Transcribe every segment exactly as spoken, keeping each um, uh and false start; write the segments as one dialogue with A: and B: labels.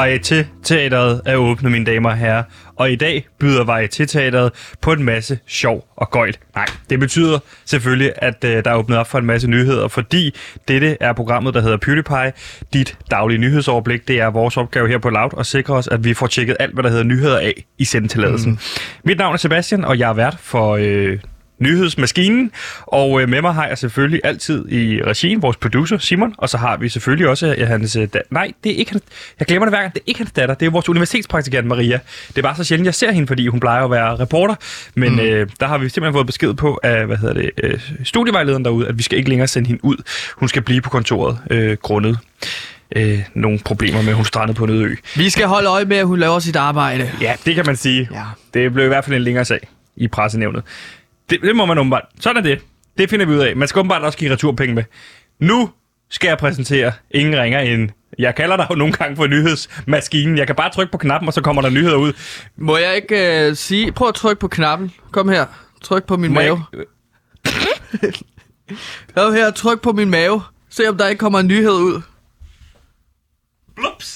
A: Varieté-teateret er åbnet, mine damer og herrer, og i dag byder Varieté-teateret på en masse sjov og gøjl. Nej, det betyder selvfølgelig, at øh, der er åbnet op for en masse nyheder, fordi dette er programmet, der hedder PewDiePie, dit daglige nyhedsoverblik. Det er vores opgave her på Loud at sikre os, at vi får tjekket alt, hvad der hedder nyheder af i sendetilladelsen. Mm. Mit navn er Sebastian, og jeg er vært for... Øh, Nyhedsmaskinen, og øh, med mig har jeg selvfølgelig altid i regien vores producer Simon, og så har vi selvfølgelig også øh, hans øh, da- nej, det er ikke hans, jeg glemmer det hver gang, det er ikke hans datter, det er vores universitetspraktikant Maria. Det er bare så sjældent, jeg ser hende, fordi hun plejer at være reporter, men mm. øh, der har vi simpelthen fået besked på af, hvad hedder det, øh, studievejlederen derude, at vi skal ikke længere sende hende ud. Hun skal blive på kontoret øh, grundet øh, nogle problemer med, at hun strandede på en øde ø.
B: Vi skal holde øje med, at hun laver sit arbejde.
A: Ja, det kan man sige.
B: Ja.
A: Det blev i hvert fald en længere sag i pressenævnet. Det, det må man åbenbart. Sådan er det. Det finder vi ud af. Man skal åbenbart også give returpenge med. Nu skal jeg præsentere ingen ringer end... Jeg kalder dig jo nogle gange for nyhedsmaskinen. Jeg kan bare trykke på knappen, og så kommer der nyheder ud.
B: Må jeg ikke uh, sige... Prøv at trykke på knappen. Kom her. Tryk på min
A: Må
B: mave. Jeg... Kom her. Tryk på min mave. Se om der ikke kommer en nyhed ud.
A: Blups.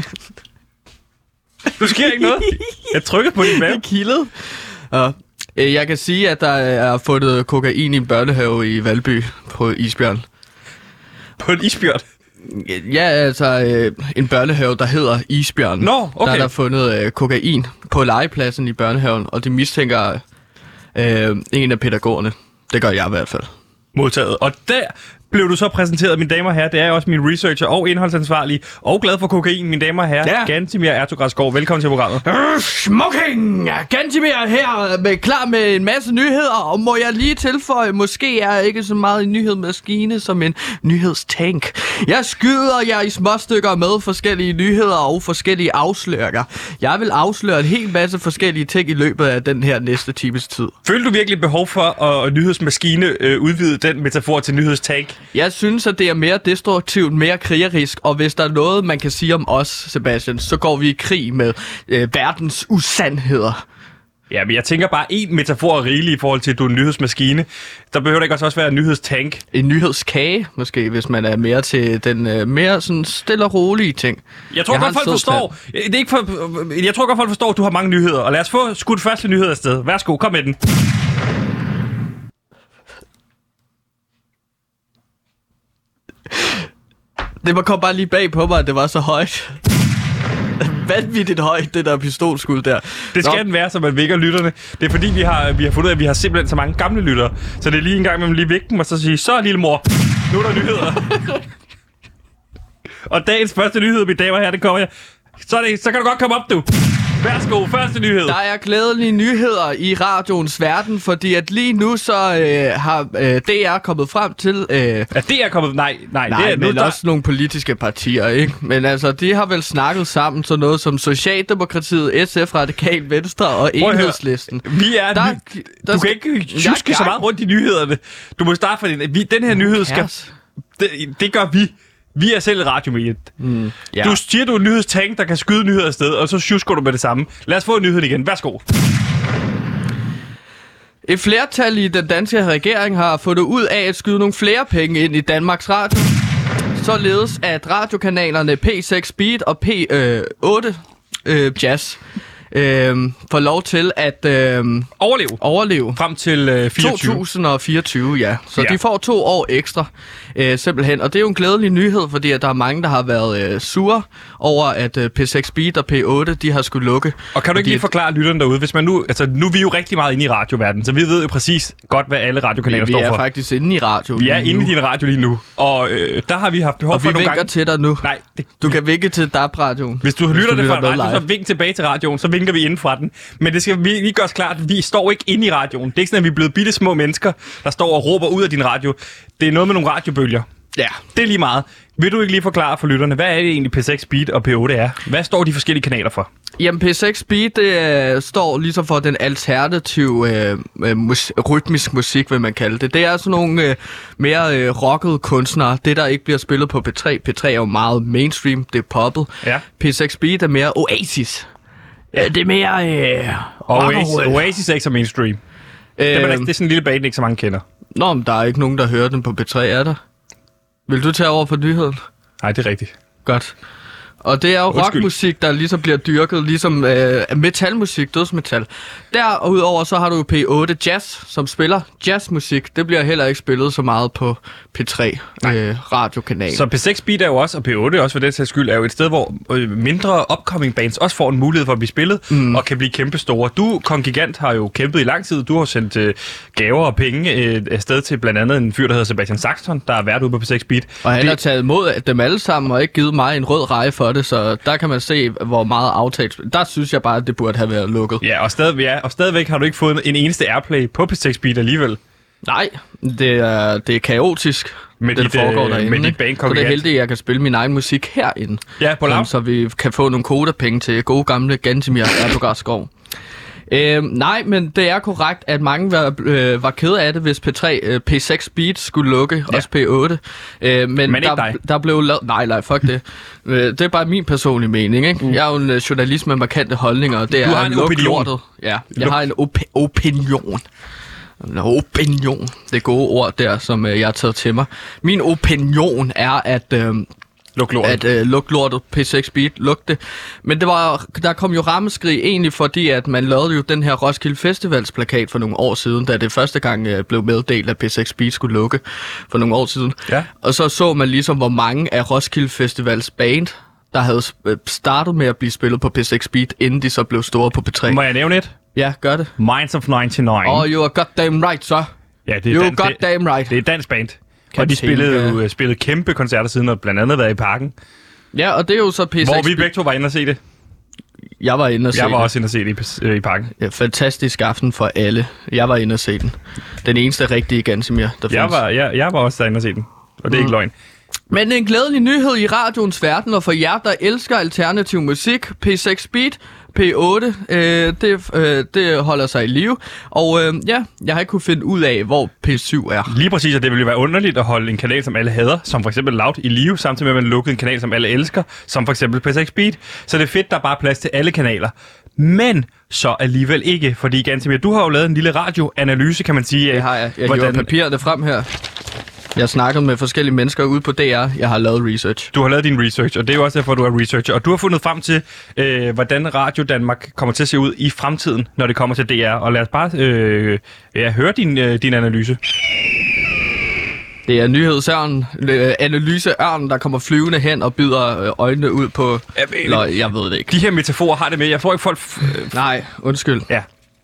A: Du sker ikke noget. Jeg trykker på din mave.
B: Det er kildet. Ja. Jeg kan sige, at der er fundet kokain i en børnehave i Valby på Isbjørn.
A: På en isbjørn?
B: Ja, altså en børnehave, der hedder Isbjørn.
A: Nå, okay.
B: Der er der fundet øh, kokain på legepladsen i børnehaven, og de mistænker øh, en af pædagogerne. Det gør jeg i hvert fald.
A: Modtaget. Og der blev du så præsenteret, mine damer og herrer. Det er også min researcher og indholdsansvarlig og glad for kokain, mine damer og herrer. Ja. Gantimir Ertugrasgaard, velkommen til programmet.
B: Øh, smoking! Gantimir her, med, klar med en masse nyheder, og må jeg lige tilføje, måske er jeg ikke så meget en nyhedsmaskine som en nyhedstank. Jeg skyder jer i småstykker med forskellige nyheder og forskellige afsløringer. Jeg vil afsløre en hel masse forskellige ting i løbet af den her næste times tid.
A: Føler du virkelig behov for at nyhedsmaskine øh, udvide den metafor til nyhedstank?
B: Jeg synes, at det er mere destruktivt, mere krigerisk, og hvis der er noget, man kan sige om os, Sebastian, så går vi i krig med øh, verdens usandheder.
A: Ja, men jeg tænker bare, en metafor er rigelig i forhold til, at du er en nyhedsmaskine. Der behøver det ikke også være en nyhedstank.
B: En nyhedskage, måske, hvis man er mere til den øh, mere sådan stille og rolige ting.
A: Jeg tror jeg godt, folk forstår. Det er ikke for, jeg tror godt, folk forstår, at du har mange nyheder. Og lad os få skudt første nyhed afsted. Værsgo, kom med den.
B: Det var kom bare lige bag på mig, at det var så højt. Vanvittigt højt, det der pistolskud der.
A: Det skal Nå. den være, så man vækker lytterne. Det er fordi, vi har, vi har fundet ud af, at vi har simpelthen så mange gamle lyttere. Så det er lige en gang, man lige vække dem og så sige, så lille mor, nu er der nyheder. Og dagens første nyhed, mine damer her, det kommer jeg. Så, det, så kan du godt komme op, du. Værsgo, første nyhed.
B: Der er glædelige nyheder i radioens verden, fordi at lige nu så øh, har øh, D R kommet frem til... Øh,
A: er D R kommet... Nej, nej.
B: Nej,
A: det er,
B: men
A: nu, der...
B: også nogle politiske partier, ikke? Men altså, de har vel snakket sammen så noget som Socialdemokratiet, S F, Radikal Venstre og Enhedslisten.
A: Vi er... Der, ny... der Du skal... kan ikke tjuske så meget rundt i nyhederne. Du må starte for den. Vi, den her nyhed skal... Det, det gør vi. Vi er selv et radiomediet. Mm, ja. Du siger, du er en nyhedstank, der kan skyde nyheder afsted, og så sjusker du med det samme. Lad os få nyheden igen. Værsgo.
B: Et flertal i den danske regering har fundet ud af at skyde nogle flere penge ind i Danmarks Radio. Således at radiokanalerne P seks Beat og P otte øh, Jazz øh, får lov til at øh,
A: overleve.
B: overleve
A: frem til øh, fireogtyve.
B: to tusind og fireogtyve, ja. Så
A: ja.
B: De får to år ekstra, øh, simpelthen. Og det er jo en glædelig nyhed, fordi at der er mange, der har været øh, sure over, at øh, P seks Beat og P otte, de har skulle lukke.
A: Og kan du ikke lige forklare lytterne derude, hvis man nu... Altså, nu er vi jo rigtig meget inde i radioverdenen, så vi ved jo præcis godt, hvad alle radiokanaler
B: vi,
A: står for.
B: Vi er faktisk inde i radio
A: Vi er inde i din radio lige nu, og øh, der har vi haft behov
B: og
A: for nogle gange...
B: Og vi vinker til dig nu.
A: Nej. Det...
B: Du kan vinke til D A B-radioen.
A: Hvis du lytter det fra en radio, så vink tilbage til radioen, så vinker vi inden fra den. Men det skal vi lige gøre os klart, at vi står ikke inde i radioen. Det er ikke sådan, at vi er blevet bitte små mennesker, der står og råber ud af din radio. Det er noget med nogle radiobølger. Ja, det er lige meget. Vil du ikke lige forklare for lytterne, hvad er det egentlig P seks Beat og P otte er? Hvad står de forskellige kanaler for?
B: Jamen P seks Beat, det uh, står ligesom for den alternative uh, mus- rytmisk musik, vil man kalde det. Det er sådan nogle uh, mere uh, rockede kunstnere. Det, der ikke bliver spillet på P tre. P tre er jo meget mainstream, det er poppet. Ja. P seks Beat er mere Oasis. Ja. Det er mere... Øh,
A: Oasis, Oasis er ikke så mainstream. Øh, det, er, det er sådan en lille band, ikke så mange kender.
B: Nå, men der er ikke nogen, der hører den på P tre, er der? Vil du tage over på nyheden?
A: Nej, det er rigtigt.
B: Godt. Og det er jo
A: Undskyld.
B: rockmusik, der ligesom bliver dyrket, ligesom øh, metalmusik, dødsmetal. Derudover så har du P otte Jazz, som spiller jazzmusik. Det bliver heller ikke spillet så meget på P tre øh, radiokanalen.
A: Så P seks Beat er jo også, og P otte også for den sags skyld, er jo et sted, hvor øh, mindre upcoming bands også får en mulighed for at blive spillet, mm. og kan blive kæmpestore. Du, Kongigant, har jo kæmpet i lang tid. Du har sendt øh, gaver og penge øh, afsted til blandt andet en fyr, der hedder Sebastian Saxton, der er vært ude på P seks Beat.
B: Og han
A: det...
B: har taget imod dem alle sammen, og ikke givet mig en rød reje for det, så der kan man se, hvor meget aftalt. Der synes jeg bare, at det burde have været lukket.
A: Ja, og, stadig, ja, og stadigvæk har du ikke fået en eneste airplay på P seks Beat alligevel.
B: Nej, det er, det er kaotisk,
A: med
B: det
A: dit,
B: foregår derinde.
A: med dit band,
B: så det er heldigt, at jeg kan spille min egen musik herinde.
A: Ja, på lav.
B: Så vi kan få nogle kodapenge til gode gamle Gantemir Erdogan-skov. Øh, nej, men det er korrekt, at mange var, øh, var ked af det, hvis P tre, øh, P seks Beat skulle lukke, ja. Også P otte. Øh, men
A: men
B: der,
A: dig.
B: der blev lavet... Nej, nej, fuck det. Øh, det er bare min personlige mening, ikke? Mm. Jeg er jo en uh, journalist med markante holdninger, og det
A: du
B: er
A: har en opinion.
B: lortet. Ja, jeg har en op- opinion. En opinion. Det gode ord der, som øh, jeg har taget til mig. Min opinion er, at... Øh,
A: Luk lortet.
B: At øh, luk lortet, P seks Beat, luk det. Men det var, der kom jo rammeskrig egentlig, fordi at man lavede jo den her Roskilde Festivals plakat for nogle år siden, da det første gang øh, blev meddelt, at P seks Beat skulle lukke for nogle år siden.
A: Ja.
B: Og så så man ligesom, hvor mange af Roskilde Festivals band, der havde startet med at blive spillet på P seks Beat, inden de så blev store på P tre.
A: Må jeg nævne et?
B: Ja, gør det.
A: Minds of nioghalvfems.
B: Oh, you are goddamn right, så.
A: Ja, det er
B: You
A: dan-
B: are goddamn right.
A: Det, det er et dansk band.
B: Kan
A: og de
B: tænke.
A: spillede jo spillede kæmpe koncerter siden, og blandt andet været i Parken.
B: Ja, og det er jo så P seks
A: Hvor
B: Beat.
A: vi begge to var inde og se det.
B: Jeg var inde og se
A: Jeg var
B: det.
A: også inde og se det i, øh, i Parken.
B: Ja, fantastisk aften for alle. Jeg var inde og se den. Den eneste rigtige Gantemir, der
A: Jeg
B: findes.
A: var, jeg, jeg var også derinde og se den. Og det er mm. ikke løgn.
B: Men en glædelig nyhed i radioens verden, og for jer, der elsker alternativ musik, P seks Beat, P otte, øh, det, øh, det holder sig i live. Og øh, ja, jeg har ikke kunne finde ud af, hvor P syv er.
A: Lige præcis, og det ville jo være underligt at holde en kanal, som alle hader, som for eksempel Loud, i live, samtidig med at man lukkede en kanal, som alle elsker, som for eksempel P seks Beat. Så det er fedt, der er bare plads til alle kanaler. Men så alligevel ikke, fordi Gantemir, du har jo lavet en lille radioanalyse, kan man sige.
B: Det har jeg. Jeg
A: hvordan...
B: hiver papirerne frem her. Jeg har snakket med forskellige mennesker ude på D R. Jeg har lavet research.
A: Du har lavet din research, og det er jo også derfor, du er researcher. Og du har fundet frem til, øh, hvordan Radio Danmark kommer til at se ud i fremtiden, når det kommer til D R. Og lad os bare øh, ja, høre din, øh, din analyse.
B: Det er nyhedsørnen, øh, analyseørnen, der kommer flyvende hen og byder øh, øjnene ud på...
A: Jeg ved,
B: Nå, jeg ved det ikke.
A: De her metaforer har det med. Jeg får ikke folk... Øh,
B: Nej, undskyld.
A: ja.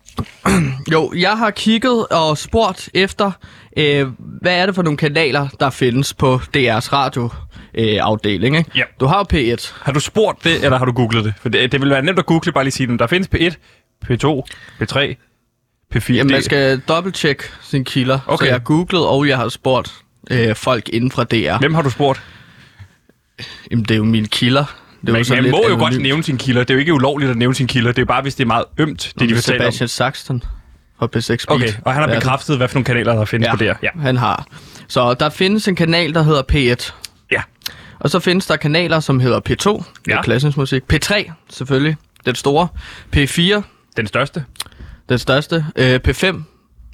B: Jo, jeg har kigget og spurgt efter, øh, hvad er det for nogle kanaler, der findes på D R's radioafdeling, øh, ikke?
A: Ja.
B: Du har jo P et.
A: Har du spurgt det, eller har du googlet det? For det, det vil være nemt at google, bare lige sige dem. Der findes P et, P to, P tre, P fire.
B: Jamen, man skal dobbelttjekke sine kilder.
A: Okay.
B: Så jeg har googlet, og jeg har spurgt øh, folk inden fra D R.
A: Hvem har du spurgt?
B: Jamen, det er jo mine kilder. Det er
A: Man,
B: jo sådan
A: man
B: lidt
A: må jo
B: anonymt.
A: godt nævne sine kilder. Det er jo ikke ulovligt at nævne sine kilder. Det er bare, hvis det er meget ømt, det de fortæller om.
B: Sebastian Saxton fra P seks Beat.
A: Okay, og han har
B: Hvad er det?
A: bekræftet, hvad for nogle kanaler, der findes
B: Ja,
A: på der. Ja.
B: han har. Så der findes en kanal, der hedder P et.
A: Ja.
B: Og så findes der kanaler, som hedder P to, det er
A: Ja.
B: klassisk musik. P tre, selvfølgelig, den store. P fire,
A: Den største.
B: den største. Øh, P fem,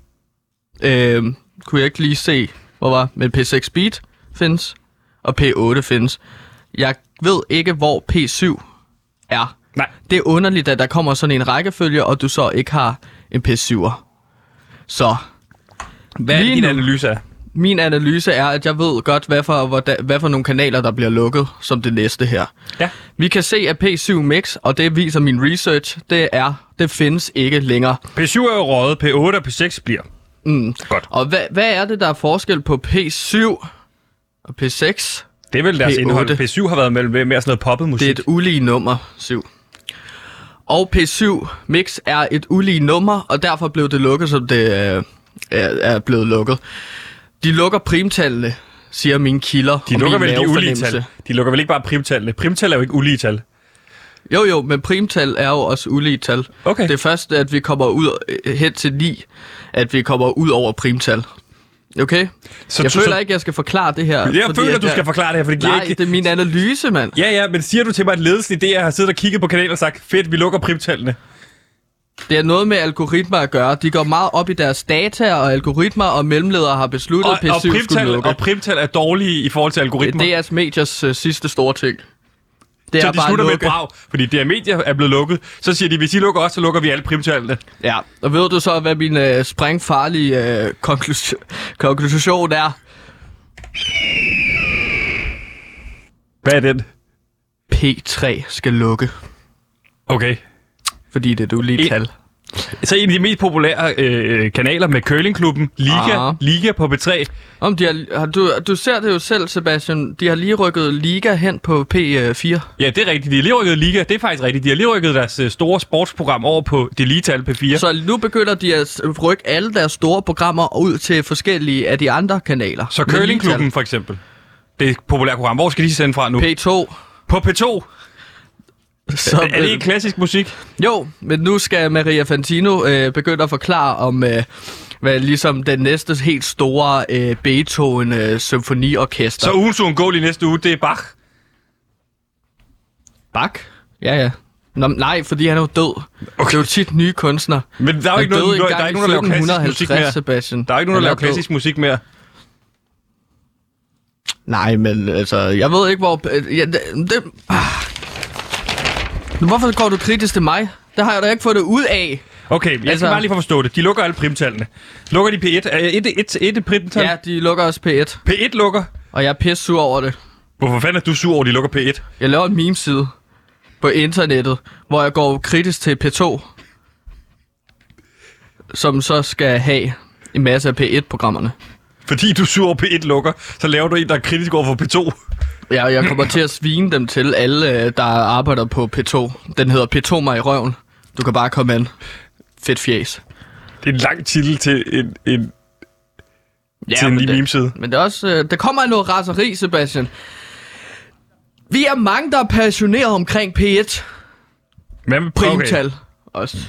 B: øh, kunne jeg ikke lige se, hvor var, men P seks Beat findes, og P otte findes. Jeg ved ikke, hvor P syv er.
A: Nej.
B: Det er underligt, at der kommer sådan en rækkefølge, og du så ikke har en P syver. Så
A: Hvad er
B: Lige
A: din
B: nu-
A: analyse af?
B: min analyse er, at jeg ved godt, hvad for, hvad, hvad for nogle kanaler, der bliver lukket som det næste her.
A: Ja.
B: Vi kan se, at P syv Mix, og det viser min research, det er, det findes ikke længere.
A: P syv er jo røget, P otte og P seks bliver.
B: Mm.
A: Godt.
B: Og hvad, hvad er det, der er forskel på P syv og P seks?
A: Det er vel deres
B: P otte.
A: indhold. P syv har været med mere sådan noget poppet musik.
B: Det er et ulige nummer, syv. Og P syv Mix er et ulige nummer, og derfor blev det lukket, som det øh, er, er blevet lukket. De lukker primtallene, siger mine kilder.
A: De
B: og
A: lukker
B: min
A: vel de ulige
B: mavefornemmelse.
A: tal. De lukker vel ikke bare primtallene. Primtal er jo ikke ulige tal.
B: Jo, jo, men primtal er jo også ulige tal.
A: Okay.
B: Det er først, at vi kommer ud øh, hen til ni, at vi kommer ud over primtal. Okay?
A: Så
B: jeg
A: du-
B: føler
A: så-
B: ikke, jeg skal forklare det her.
A: Jeg
B: fordi
A: føler,
B: at
A: at du skal forklare det her, for det giver
B: Nej,
A: ikke...
B: det er min analyse, mand.
A: Ja, ja, men siger du til mig, at ledelsen i D R har siddet og kigget på kanalen og sagt, fedt, vi lukker primtallene.
B: Det er noget med algoritmer at gøre. De går meget op i deres data og algoritmer, og mellemledere har besluttet,
A: Og,
B: at
A: og,
B: P syv skulle
A: primtal,
B: lukke.
A: og primtal er dårlige i forhold til algoritmer.
B: Det er D R's Medias uh, sidste store ting. Det
A: så
B: er
A: de
B: bare
A: slutter med et
B: lukke.
A: brag, fordi det er medier er blevet lukket. Så siger de, hvis I lukker os, så lukker vi alle primtallene.
B: Ja, og ved du så, hvad min øh, sprængfarlige øh, konklus- konklusion er?
A: Hvad er den?
B: P tre skal lukke,
A: Okay.
B: fordi det er du lige
A: I-
B: tal.
A: Så en af de mest populære øh, kanaler med curlingklubben, Liga,
B: Ah.
A: Liga på P tre.
B: Om de har, har du, du ser det jo selv, Sebastian. De har lige rykket Liga hen på P fire.
A: Ja, det er rigtigt. De har lige rykket Liga. Det er faktisk rigtigt. De har lige rykket deres øh, store sportsprogram over på det lige tal P fire.
B: Så nu begynder de at rykke alle deres store programmer ud til forskellige af de andre kanaler.
A: Så
B: Med
A: curlingklubben for eksempel. Det er et populært program. Hvor skal de sende fra nu?
B: lige tal. P to.
A: På P to.
B: Så,
A: Er det ikke klassisk musik?
B: Jo, men nu skal Maria Fantino øh, begynde at forklare om, øh, hvad ligesom den næste helt store øh, Beethoven øh, symfoniorkester.
A: Så ugens uundgåelige næste uge, det er Bach.
B: Bach? Ja, ja. Nå, nej, fordi han er jo død. Okay. Det er jo tit nye kunstnere.
A: Men der er jo ikke
B: Han
A: nogen,
B: døde
A: der, der er ikke nogen, der laver
B: engang i
A: klassisk musik
B: sytten
A: mere.
B: Sebastian.
A: Der er ikke nogen, der
B: Han
A: laver
B: død.
A: klassisk musik mere.
B: Nej, men altså, jeg ved ikke, hvor... øh, Ja, det, det, ah. Hvorfor går du kritisk til mig? Det har jeg da ikke fået det ud af.
A: Okay, jeg skal
B: Altså-
A: bare lige for at forstå det. De lukker alle primtallene. Lukker de P et? Er et, et, et, et primtal?
B: Ja, de lukker også P et,
A: P et lukker.
B: og jeg er pisse sur over det.
A: Hvorfor fanden er du sur over, at de lukker P et?
B: Jeg laver en meme-side på internettet, hvor jeg går kritisk til P to, som så skal have en masse af P et-programmerne.
A: Fordi du er sur over, P et lukker, så laver du en, der er kritisk over for P to.
B: Ja, og jeg kommer til at svine dem til alle, øh, der arbejder på P to. Den hedder P to mig i røven. Du kan bare komme ind. Fedt fjes.
A: Det er en lang titel til en, en,
B: Ja,
A: til en
B: men
A: lige
B: det,
A: meme-side.
B: men det er også, øh, der kommer noget raseri, Sebastian. Vi er mange, der er passioneret omkring P et.
A: Hvad med
B: Primtal. Okay. Også.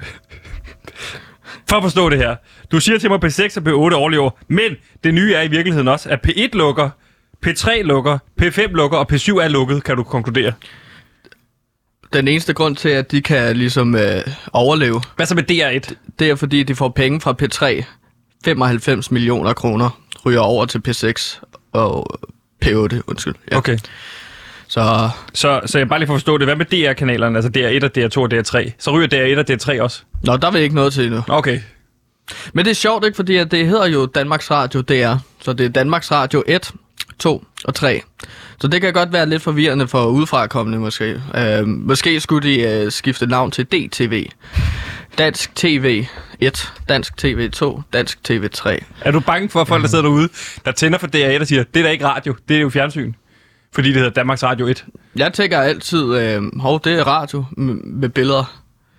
A: For at forstå det her. Du siger til mig, at P seks og P otte overlever, men det nye er i virkeligheden også, at P et lukker, P tre lukker, P fem lukker, og P syv er lukket, kan du konkludere.
B: Den eneste grund til, at de kan ligesom øh, overleve,
A: Hvad så med D R et?
B: det er fordi, de får penge fra P tre. femoghalvfems millioner kroner ryger over til P seks og P otte, undskyld. Ja.
A: Okay.
B: Så
A: Så, så jeg bare lige for at forstå det. Hvad med D R-kanalerne? Altså D R et og D R to og D R tre. Så ryger D R et og D R tre også.
B: nå, der er vi ikke noget til endnu.
A: Okay.
B: Men det er sjovt, ikke? Fordi at det hedder jo Danmarks Radio D R. Så det er Danmarks Radio et, to og tre. Så det kan godt være lidt forvirrende for udefrakommende måske. Øh, måske skulle de øh, skifte navn til D T V. Dansk T V et, Dansk T V to, Dansk T V tre.
A: Er du bange for folk, der sidder derude, der tænder for D R et og siger, det er da ikke radio, det er jo fjernsyn? Fordi det hedder Danmarks Radio et.
B: Jeg tænker altid, øh, hov, det er radio med, med billeder.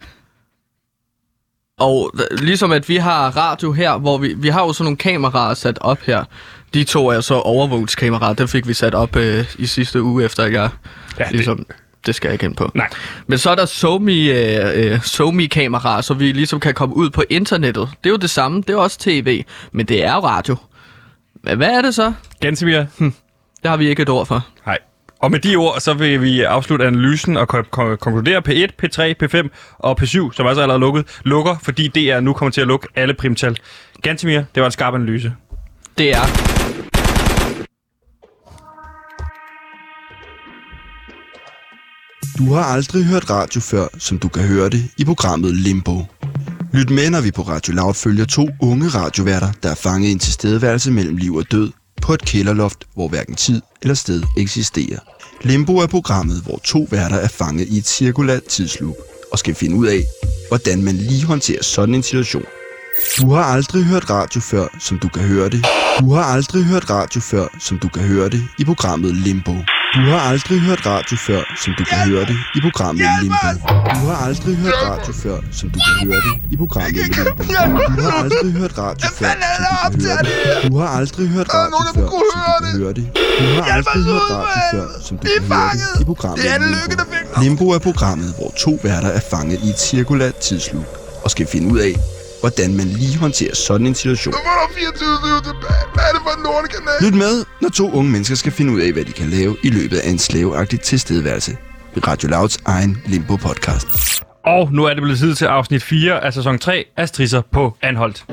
B: Og øh, ligesom at vi har radio her, hvor vi, vi har jo sådan nogle kameraer sat op her. De to er så overvågningskameraer, det fik vi sat op øh, i sidste uge, efter jeg
A: Ja,
B: ja, ligesom... Det... det skal jeg ikke ind på.
A: Nej.
B: Men så er der SoMe, øh, øh, SoMe-kameraer, så vi ligesom kan komme ud på internettet. Det er jo det samme, det er også tv, men det er jo radio. Men hvad er det så?
A: Gansimir?
B: Det har vi ikke et ord for.
A: Nej. Og med de ord, så vil vi afslutte analysen og kon- kon- konkludere P et, P tre, P fem og P syv, som også er allerede lukket, lukker, fordi D R nu kommer til at lukke alle primtal. Gansimir, det var en skarp analyse.
B: Det er...
C: Du har aldrig hørt radio før, som du kan høre det i programmet Limbo. Lyt med, når vi på Radio Loud følger to unge radioværter, der er fanget i en tilstedeværelse mellem liv og død på et kælderloft, hvor hverken tid eller sted eksisterer. Limbo er programmet, hvor to værter er fanget i et cirkulært tidsloop og skal finde ud af, hvordan man lige håndterer sådan en situation. Du har aldrig hørt radio før, som du kan høre det. Du har aldrig hørt radio før, som du kan høre det i programmet Limbo. Du har aldrig hørt radio før, som du kan høre det i programmet Limbo. Du har aldrig hørt radio før, som du kan høre det i programmet Limbo. Du har aldrig hørt radio før, som du kan høre det. Du har aldrig hørt radio før, som du kan høre det. Du har aldrig hørt radio før, som du kan høre det i programmet Limbo. Limbo er programmet, hvor to værter er fanget i et cirkulært tidsloop og skal finde ud af, hvordan man lige håndterer sådan en situation. Lyt med, når to unge mennesker skal finde ud af, hvad de kan lave i løbet af en slaveagtig tilstedeværelse. I Radio Louds egen Limbo-podcast.
A: Og nu er det blevet tid til afsnit fire af sæson tre af Strisser på Anholt.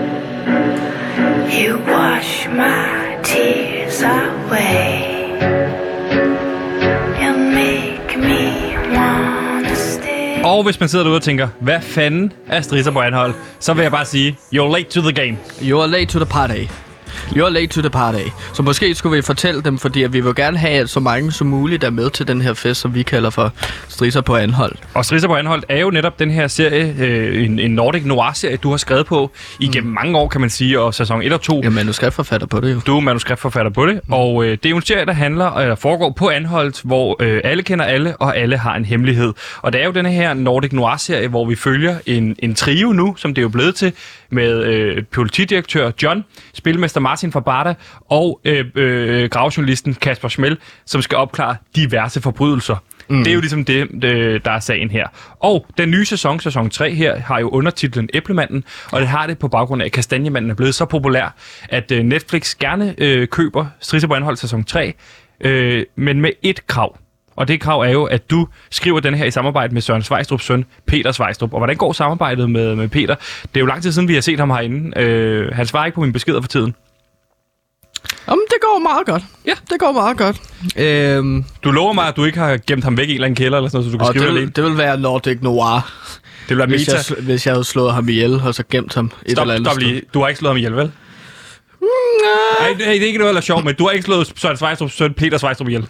D: You wash my tears away and make
A: Og hvis man sidder derude og tænker, hvad fanden er Strisser på Anhold, så vil jeg bare sige, you're late to the game.
B: You're late to the party. You're late to the party. Så måske skulle vi fortælle dem, fordi at vi vil gerne have, at så mange som muligt er med til den her fest, som vi kalder for Strisser på Anhold.
A: Og Strisser på Anhold er jo netop den her serie, øh, en, en Nordic Noir-serie, du har skrevet på igennem mm. mange år, kan man sige, og sæson et og to.
B: Jeg er manuskriptforfatter på det jo.
A: Du er manuskriptforfatter på det, mm. og øh, det er jo en serie, der handler, eller foregår på Anholt, hvor øh, alle kender alle, og alle har en hemmelighed. Og det er jo den her Nordic Noir-serie, hvor vi følger en, en trio nu, som det er jo blevet til, med øh, politidirektør John, spilmester Martin fra Barda og øh, øh, gravjournalisten Kasper Schmel, som skal opklare diverse forbrydelser. Mm. Det er jo ligesom det, det, der er sagen her. Og den nye sæson, sæson tre her, har jo undertitlen Æblemanden, og det har det på baggrund af, at Kastanjemanden er blevet så populær, at øh, Netflix gerne øh, køber Strisser på Anhold sæson tre, øh, men med et krav. Og det krav er jo, at du skriver den her i samarbejde med Søren Svejstrups søn, Peter Svejstrup. Og hvordan går samarbejdet med, med Peter? Det er jo lang tid siden, vi har set ham herinde. Øh, han svarer ikke på mine beskeder for tiden.
B: Jamen, det går meget godt. Ja, det går meget godt. Øhm,
A: du lover mig, at du ikke har gemt ham væk i en eller anden kælder, eller sådan noget, så du kan skrive
B: det
A: alene?
B: det vil være Nordic Noir.
A: Det vil være
B: hvis
A: meta.
B: jeg, hvis jeg havde slået ham ihjel, og så gemt ham et
A: stop,
B: eller andet
A: stop lige. Du har ikke slået ham ihjel, vel?
B: Mm,
A: nej, det er ikke noget, der er sjovt, men du har ikke slået Søren Svejstrups søn, Peter Svejstrup ihjel.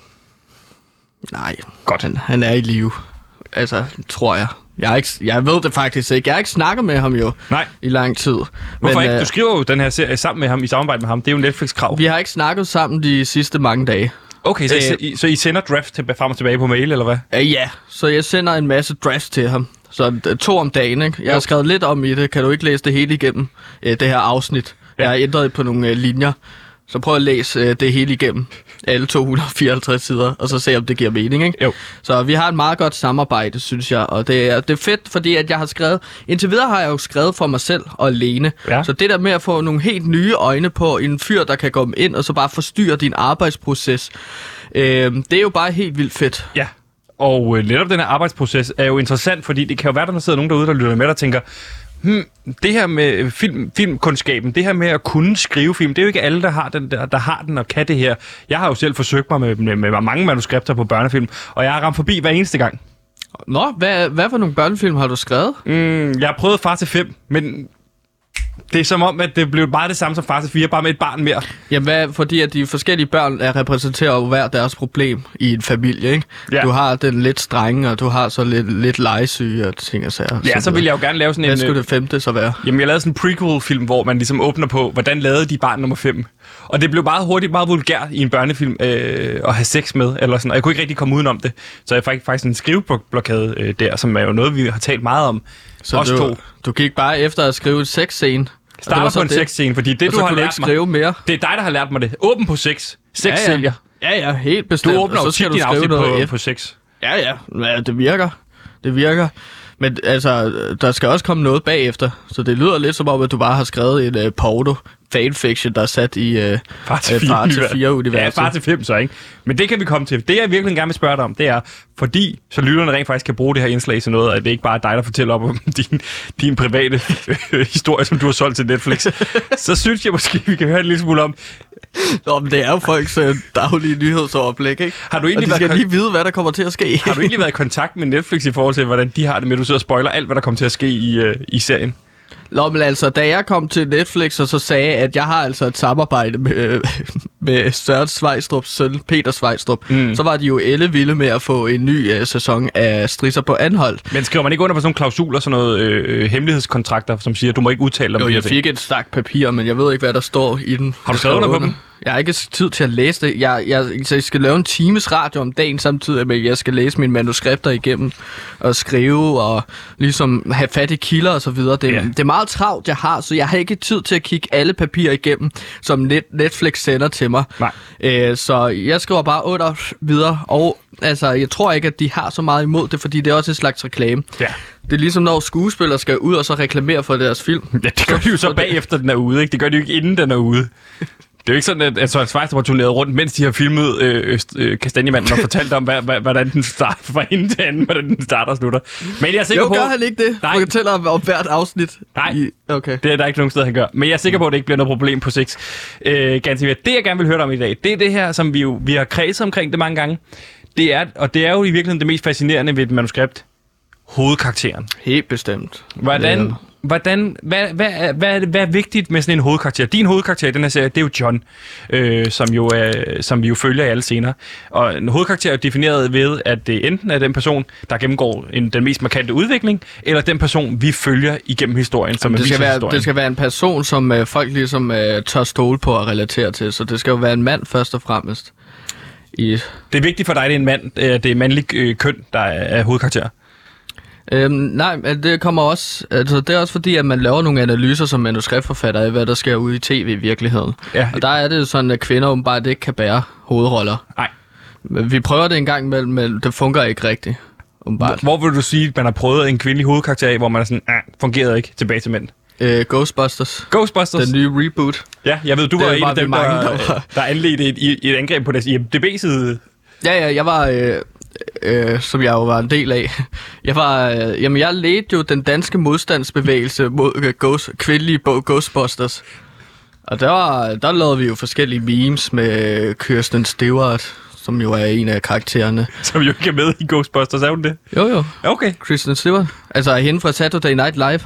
B: Nej, godt. Han, han er i live. Altså, tror jeg. Jeg, er ikke, jeg ved det faktisk ikke. Jeg har ikke snakket med ham jo
A: Nej.
B: i lang tid.
A: Hvorfor
B: men,
A: ikke?
B: Øh,
A: du skriver jo den her serie sammen med ham, i samarbejde med ham. Det er jo Netflix-krav.
B: Vi har ikke snakket sammen de sidste mange dage.
A: Okay, så,
B: øh,
A: I, så I sender drafts til, frem og tilbage på mail, eller hvad?
B: Øh, ja, så jeg sender en masse drafts til ham. Så to om dagen, ikke? Jeg har skrevet lidt om i det. Kan du ikke læse det hele igennem, øh, det her afsnit? Ja. Jeg har ændret på nogle øh, linjer. Så prøv at læse øh, det hele igennem, alle to hundrede og fireoghalvtreds sider, og så se, om det giver mening, ikke?
A: Jo.
B: Så vi har et meget godt samarbejde, synes jeg, og det er, det er fedt, fordi at jeg har skrevet, indtil videre har jeg jo skrevet for mig selv og alene.
A: Ja.
B: Så det der med at få nogle helt nye øjne på en fyr, der kan komme ind og så bare forstyrre din arbejdsproces, øh, det er jo bare helt vildt fedt.
A: Ja. Og øh, netop den her arbejdsproces er jo interessant, fordi det kan jo være, der sidder nogen derude, der lytter med og tænker, Hmm, det her med film, filmkundskaben, det her med at kunne skrive film, det er jo ikke alle, der har den, der, der har den og kan det her. Jeg har jo selv forsøgt mig med, med, med mange manuskripter på børnefilm, og jeg har ramt forbi hver eneste gang.
B: Nå, hvad, hvad for nogle børnefilm har du skrevet?
A: Mm, jeg har prøvet Far til fem, men det er som om, at det blev bare det samme som Far til fire, bare med et barn mere.
B: Jamen, hvad, fordi at de forskellige børn er repræsenterer jo hver deres problem i en familie, ikke?
A: Ja.
B: Du har den lidt strenge, og du har så lidt, lidt legesyge og ting og sager.
A: Ja, så vil jeg jo gerne lave sådan
B: hvad
A: en...
B: Hvad skulle det femte så være?
A: Jamen, jeg lavede sådan en prequel-film, hvor man ligesom åbner på, hvordan lavede de barn nummer fem. Og det blev meget hurtigt, meget vulgært i en børnefilm øh, at have sex med, eller sådan. Og jeg kunne ikke rigtig komme udenom det. Så jeg fik faktisk en skriveblokade øh, der, som er jo noget, vi har talt meget om.
B: Så
A: Os
B: du,
A: to.
B: du gik bare efter at skrive en sexscene?
A: Starter på en sexscene, fordi det,
B: og
A: du har
B: du
A: lært mig...
B: skrive mere.
A: Det er dig, der har lært mig det. Åben på sex. Sex
B: ja, ja.
A: sælger.
B: Ja, ja, helt bestemt.
A: Du åbner jo tit din afsnit på, på sex.
B: Ja, ja. ja, det virker. Det virker. Men altså, der skal også komme noget bagefter. Så det lyder lidt som om, at du bare har skrevet en uh, porno fanfiction, der er sat i uh,
A: Far til
B: fire-universet.
A: Ja, Far til fem så, ikke? Men det kan vi komme til. Det, jeg virkelig gerne vil spørge dig om, det er, fordi så lytterne rent faktisk kan bruge det her indslag til noget, at det ikke bare er dig, der fortæller om din, din private øh, historie, som du har solgt til Netflix. Så synes jeg måske, vi kan høre en lille smule om...
B: Nå, men det er jo folks øh, daglige nyhedsoverblik, ikke?
A: Har du egentlig
B: og de skal
A: været
B: lige vide, hvad der kommer til at ske.
A: Har du egentlig været i kontakt med Netflix i forhold til, hvordan de har det med, at du sidder og spoiler alt, hvad der kommer til at ske i, øh, i serien?
B: Nå, men altså, da jeg kom til Netflix og så sagde, at jeg har altså et samarbejde med, med Søren Svejstrups søn, Peter Svejstrup, mm. så var de jo ellevilde med at få en ny uh, sæson af Strisser på Anhold.
A: Men skriver man ikke under på sådan nogle klausuler, sådan noget øh, hemmelighedskontrakter, som siger, at du må ikke udtale om
B: jo,
A: det?
B: Jeg fik et stak papir, men jeg ved ikke, hvad der står i den.
A: Har du skrevet under på dem?
B: Jeg har ikke tid til at læse det. Jeg, jeg, så jeg skal lave en times radio om dagen, samtidig med, at jeg skal læse mine manuskripter igennem og skrive og ligesom have fat i kilder og så videre. Det, yeah. det er meget travlt, jeg har, så jeg har ikke tid til at kigge alle papirer igennem, som net, Netflix sender til mig.
A: Nej.
B: Æ, så jeg skriver bare under videre, og altså, jeg tror ikke, at de har så meget imod det, fordi det er også et slags reklame.
A: Ja.
B: Det er ligesom, når skuespillere skal ud og så reklamere for deres film.
A: Ja, det gør de jo så bagefter, den er ude, ikke? Det gør de jo ikke, inden den er ude. Det er jo ikke sådan, at, at Søren Svejstrup har turneret rundt, mens de har filmet øh, øh, Kastanjemanden og fortalt om, hvad, hvad, hvordan den starter fra ende til anden, hvordan den starter og slutter. Men jeg er sikker
B: jo,
A: på...
B: Jo, gør han ikke det? Nej. Du fortæller om, om hvert afsnit.
A: Nej,
B: i... okay.
A: Det er der ikke nogen steder, han gør. Men jeg er sikker på, at det ikke bliver noget problem på seks. Øh, ganske det, jeg gerne vil høre dig om i dag, det er det her, som vi jo vi har kredset omkring det mange gange. Det er, og det er jo i virkeligheden det mest fascinerende ved et manuskript. hovedkarakteren.
B: Helt bestemt.
A: Hvordan,
B: Ja.
A: hvordan, hvad, hvad, er- hvad, er- hvad er vigtigt med sådan en hovedkarakter? Din hovedkarakter i den her serie, det er jo John, øh, som, jo er, som vi jo følger i alle scener. Og en hovedkarakter er jo defineret ved, at det enten er den person, der gennemgår en, den mest markante udvikling, eller den person, vi følger igennem historien, som
B: Det
A: er
B: skal, være,
A: historien.
B: det skal være en person, som øh, folk ligesom øh, tør stole på og relatere til. Så det skal jo være en mand først og fremmest. I,
A: Det er vigtigt for dig, det er en mand, øh, det er mandlig øh, køn, der er, er hovedkarakter.
B: øhm, nej, men det kommer også... Altså, det er også fordi, at man laver nogle analyser som manuskriptforfatter af, hvad der sker ude i tv i virkeligheden.
A: Ja.
B: Og der er det jo sådan, at kvinder åbenbart ikke kan bære hovedroller.
A: Nej.
B: Men vi prøver det en gang imellem, men det fungerer ikke rigtigt. Åbenbart.
A: Hvor vil du sige, at man har prøvet en kvindelig hovedkarakter af, hvor man er sådan, ah, fungerede ikke, tilbage til mænd?
B: Øh, Ghostbusters.
A: Ghostbusters?
B: Den nye reboot.
A: Ja, jeg ved, du
B: Det
A: var
B: var
A: en af
B: vi
A: dem,
B: mange,
A: der,
B: der var.
A: der anledte et, et angreb på deres I M D B-side.
B: Ja, ja, jeg var... Øh, øh, som jeg jo var en del af. Jeg var... Øh, jamen, jeg ledte jo den danske modstandsbevægelse mod øh, ghost, kvindelige bog Ghostbusters. Og der, var, der lavede vi jo forskellige memes med Kirsten Stewart, som jo er en af karaktererne.
A: Som jo ikke er med i Ghostbusters, er hun det?
B: Jo, jo.
A: Okay.
B: Kirsten Stewart. Altså hende fra Saturday Night Live.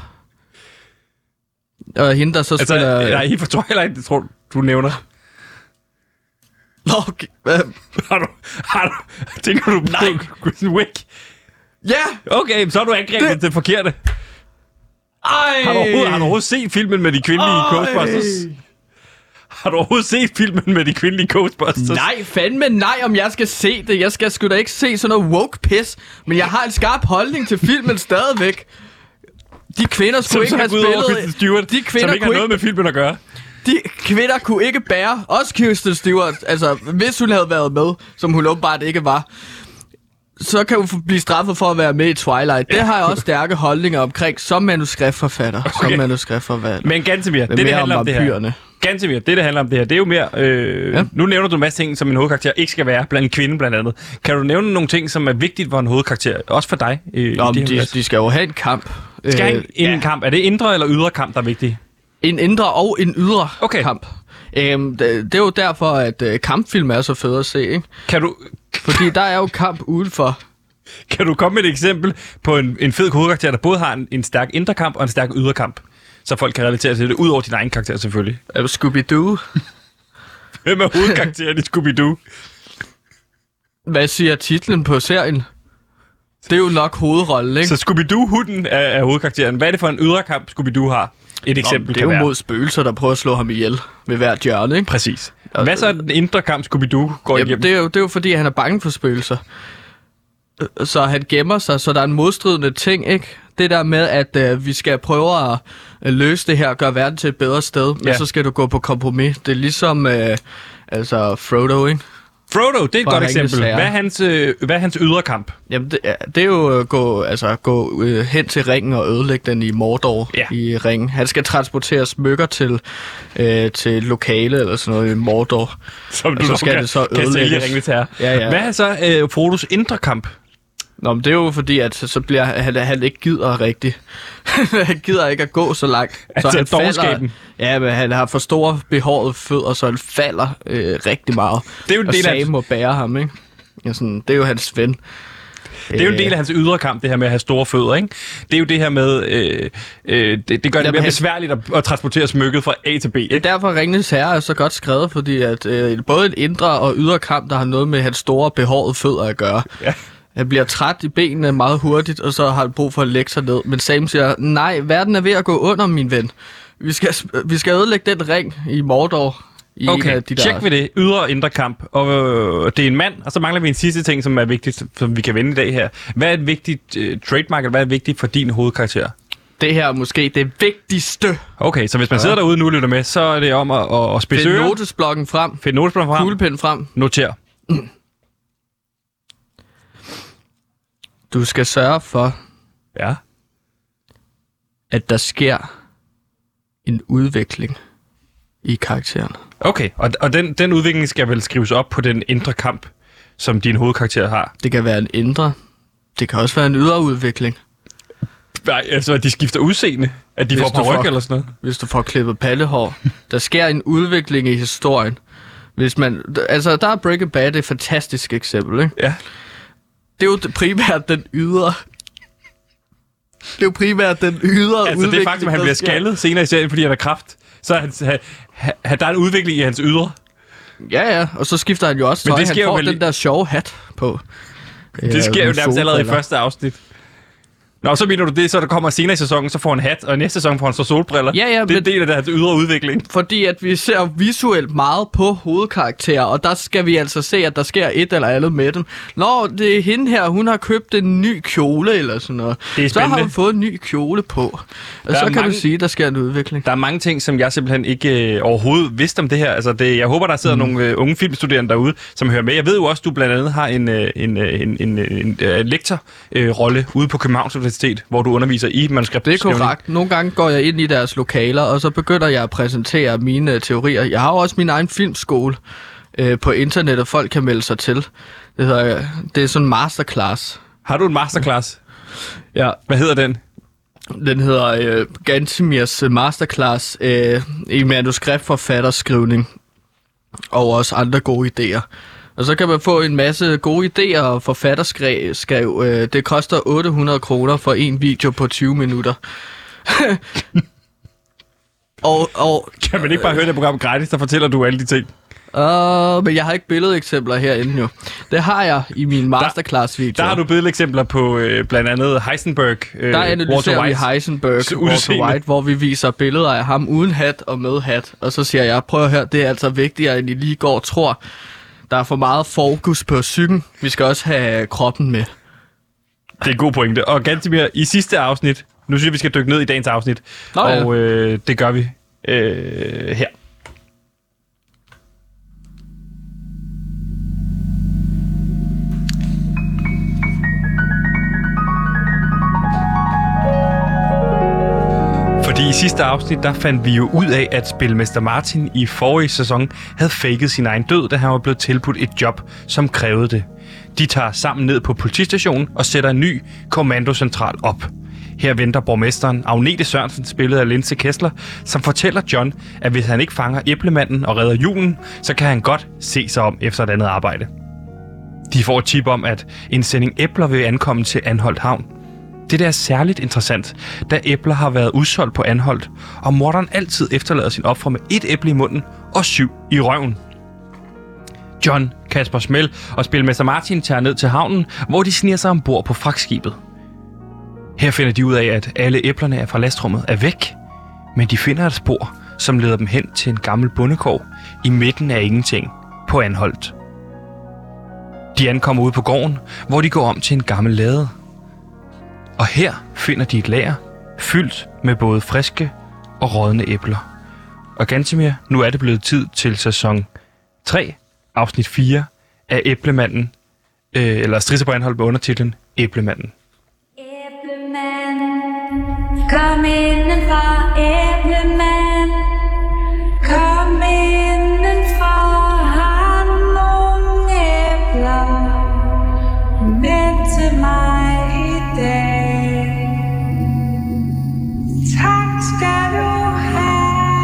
B: Og hende, der så
A: Altså,
B: spiller...
A: nej, I for Twilight, det tror du nævner.
B: Nå, okay. Hvad?
A: Har du, har du, tænker du
B: Nej.
A: på Kristen Wiig?
B: Ja!
A: Okay, så har du angrebet det, det forkerte.
B: Ej!
A: Har du, overhovedet, har du overhovedet set filmen med de kvindelige
B: Ej.
A: Ghostbusters? Har du overhovedet set filmen med de kvindelige Ghostbusters?
B: Nej, fandme nej, om jeg skal se det. Jeg skal sgu da ikke se sådan noget woke pis. Men jeg har en skarp holdning til filmen stadigvæk. De kvinder
A: Som
B: skulle ikke
A: så
B: have
A: går ud over Kristen
B: spillet...
A: Stewart,
B: De kvinder
A: som ikke har
B: kunne
A: noget med filmen at gøre.
B: De kvinder kunne ikke bære, også Kirsten Stewart, altså hvis hun havde været med, som hun åbenbart ikke var, så kan hun blive straffet for at være med i Twilight. Det har jeg også stærke holdninger omkring som manuskriptforfatter. Okay. Som manuskriptforfatter.
A: Men Gantemir, det,
B: Men
A: det
B: mere
A: handler
B: om
A: om det her.
B: vampyrerne.
A: Gantemir, det, det handler om det her, det er jo mere... Øh, ja. Nu nævner du en masse ting, som en hovedkarakter ikke skal være, blandt en kvinde blandt andet. Kan du nævne nogle ting, som er vigtigt for en hovedkarakter, også for dig? Øh,
B: Nå,
A: i det
B: de,
A: her
B: de skal jo have en kamp.
A: Skal
B: Øh,
A: have en, en kamp. Er det indre eller ydre kamp, der er vigtig?
B: En indre og en ydre
A: Okay.
B: kamp. Øhm, det, det er jo derfor, at øh, kampfilm er så fede at se, ikke?
A: Kan du,
B: Fordi der er jo kamp udenfor.
A: kan du komme med et eksempel på en, en fed hovedkarakter, der både har en, en stærk indre kamp og en stærk ydre kamp? Så folk kan relatere til det, ud over din egen karakter selvfølgelig.
B: Er du Scooby-Doo?
A: Hvem er hovedkarakteren i Scooby-Doo?
B: Hvad siger titlen på serien? Det er jo nok hovedrollen, ikke?
A: Så Scooby-Doo-hunden er, er hovedkarakteren. Hvad er det for en ydre kamp, Scooby-Doo har? Et eksempel
B: det er
A: kan
B: jo
A: være.
B: mod spøgelser, der prøver at slå ham ihjel ved hvert hjørne, ikke?
A: Præcis. Hvad så er den indre kamp, Scooby-Doo går
B: Jamen,
A: igennem?
B: det, er jo, det er jo fordi, han er bange for spøgelser. Øh, Så han gemmer sig, så der er en modstridende ting, ikke? Det der med, at øh, vi skal prøve at øh, løse det her og gøre verden til et bedre sted, men
A: Ja.
B: så skal du gå på kompromis. Det er ligesom øh, altså Frodo, ikke?
A: Frodo, det er et
B: Fra
A: godt
B: Ringenes
A: eksempel.
B: Herre.
A: Hvad er hans, øh, hvad er hans ydre kamp?
B: Jamen, det, er- det er jo at gå, altså, gå øh, hen til ringen og ødelægge den i Mordor
A: Ja.
B: i ringen. Han skal transportere smykker til, øh, til et lokale eller sådan noget i Mordor.
A: Som
B: Og så skal
A: kan,
B: det så
A: kan sælge
B: ødelægges.
A: Ringenes Herre.
B: Ja, ja.
A: Hvad er så øh, Frodos indre kamp?
B: Nå, men det er jo fordi, at så bliver han, han ikke gider rigtigt. Han gider ikke at gå så langt.
A: Altså,
B: så han
A: dovenskaben.
B: Ja, men han har for store behårede fødder, så han falder øh, rigtig meget.
A: Det er jo en
B: og
A: del af-
B: Sam må bære ham, ikke? Ja, sådan, det er jo hans ven.
A: Det er jo en del af hans ydre kamp, det her med at have store fødder, ikke? Det er jo det her med, øh, øh, det, det gør det
B: Jamen,
A: mere
B: han-
A: besværligt at, at transportere smykket fra A til B,
B: Det
A: ikke?
B: er derfor, Ringenes Herre er så godt skrevet, fordi at øh, både en indre og ydre kamp, der har noget med hans store behårede fødder at gøre.
A: Ja.
B: Han bliver træt i benene meget hurtigt, og så har han brug for at lægge sig ned. Men Sam siger, nej, verden er ved at gå under, min ven. Vi skal, vi skal ødelægge den ring i Mordor. I en
A: Okay,
B: af de der...
A: tjek ved det. Ydre og indre kamp. Og øh, det er en mand, og så mangler vi en sidste ting, som er vigtigt, som vi kan vende i dag her. Hvad er et vigtigt øh, trademark, eller hvad er vigtigt for din hovedkarakter?
B: Det her er måske det vigtigste.
A: Okay, så hvis man ja. sidder derude nu og lytter med, så er det om at, at, at spidse
B: Find
A: ører.
B: notesblokken frem.
A: Find notesblokken frem.
B: Kuglepind frem.
A: Noter.
B: Du skal sørge for,
A: Ja.
B: at der sker en udvikling i karakteren.
A: Okay, og, og den, den udvikling skal vel skrives op på den indre kamp, som din hovedkarakter har.
B: Det kan være en indre. Det kan også være en ydre udvikling.
A: Nej, altså at de skifter udseende. At de
B: Hvis
A: får
B: du
A: på ryg
B: får-
A: eller sådan noget.
B: Hvis du får klippet pallehår. Der sker en udvikling i historien. Hvis man, altså, der er Breaking Bad et fantastisk eksempel, ikke?
A: Ja.
B: Det er jo det- primært den ydre Det er jo primært den ydre
A: Altså
B: udvikling,
A: det faktum, at han
B: der
A: bliver
B: sker.
A: skaldet senere i serien, fordi han har kræft, så er han, han, han, der er en udvikling i hans ydre.
B: Ja, ja, og så skifter han jo også
A: Men
B: tøj.
A: det sker
B: Han
A: jo
B: får
A: vel
B: den
A: lige-
B: der sjove hat på.
A: Det sker jo
B: nogle
A: nærmest allerede i
B: solbriller.
A: første afsnit. Nå, så mener du det, så der kommer senere i sæsonen, så får han hat, og næste sæson får han så solbriller.
B: Ja, ja,
A: det er
B: men-
A: en del af deres ydre udvikling.
B: Fordi at vi ser visuelt meget på hovedkarakterer, og der skal vi altså se, at der sker et eller andet med dem. Når det er hende her, hun har købt en ny kjole eller sådan noget.
A: Det er
B: så har
A: spændende.
B: hun fået en ny kjole på. Og
A: Der
B: så
A: er
B: kan
A: mange-
B: du sige, at der sker en udvikling.
A: Der er mange ting, som jeg simpelthen ikke øh, overhovedet vidste om det her. Altså, det, jeg håber, der sidder mm. nogle øh, unge filmstuderende derude, som hører med. Jeg ved jo også, du blandt andet har en, øh, en, øh, en, en, en øh, lektorrolle øh, ude på Københavns Universitet, hvor du underviser i manuskript.
B: Det er korrekt. Nogle gange går jeg ind i deres lokaler, og så begynder jeg at præsentere mine øh, teorier. Jeg har jo også min egen filmskole øh, på internettet, folk kan melde sig til. Det, hedder, det er sådan en masterclass.
A: Har du en masterclass?
B: Ja.
A: Hvad hedder den?
B: Den hedder øh, Gantemirs Masterclass øh, i manuskriptforfatterskrivning og også andre gode idéer. Og så kan man få en masse gode idéer og forfatterskrev. Øh, det koster otte hundrede kroner for en video på tyve minutter. og, og,
A: Kan man ikke bare høre det program gratis, der fortæller du alle de ting?
B: øh, men jeg har ikke billedeksempler herinde jo. Det har jeg i min masterclass-video.
A: Der har du billedeksempler på øh, blandt andet Heisenberg, øh,
B: Der
A: Walter
B: analyserer vi
A: White.
B: Heisenberg,
A: Så
B: Walter
A: udseende.
B: White, hvor vi viser billeder af ham uden hat og med hat. Og så siger jeg, prøv at høre, det er altså vigtigere, end I lige går og tror. Der er for meget fokus på psyken. Vi skal også have kroppen med.
A: Det er en god pointe. Og Gantemir, i sidste afsnit, nu synes jeg, vi skal dykke ned i dagens afsnit.
B: Nå, ja.
A: og øh, det gør vi øh, her. Fordi i sidste afsnit, der fandt vi jo ud af, at Spilmester Martin i forrige sæson havde faket sin egen død, da han var blevet tilbudt et job, som krævede det. De tager sammen ned på politistationen og sætter en ny kommandocentral op. Her venter borgmesteren Agnete Sørensen, spillet af Linse Kessler, som fortæller John, at hvis han ikke fanger æblemanden og redder julen, så kan han godt se sig om efter et andet arbejde. De får et tip om, at en sending æbler vil ankomme til Anholt Havn. Det der er særligt interessant, da æbler har været udsolgt på Anholt, og morderen altid efterlader sin offer med et æble i munden og syv i røven. John, Kasper Smell og Spilmester Martin tager ned til havnen, hvor de sniger sig ombord på fragtskibet. Her finder de ud af, at alle æblerne fra lastrummet er væk, men de finder et spor, som leder dem hen til en gammel bondekår i midten af ingenting på Anholt. De ankommer ude på gården, hvor de går om til en gammel lade. Og her finder de et lager fyldt med både friske og rådne æbler. Og Gantemir, nu er det blevet tid til sæson tre, afsnit fire af Æblemanden, øh, eller Strisser på Anholt med undertitlen Æblemanden.
D: Æblemand, kom indenfor, æblemand, kom indenfor, har nogle æbler med til mig i dag. Tak skal du have.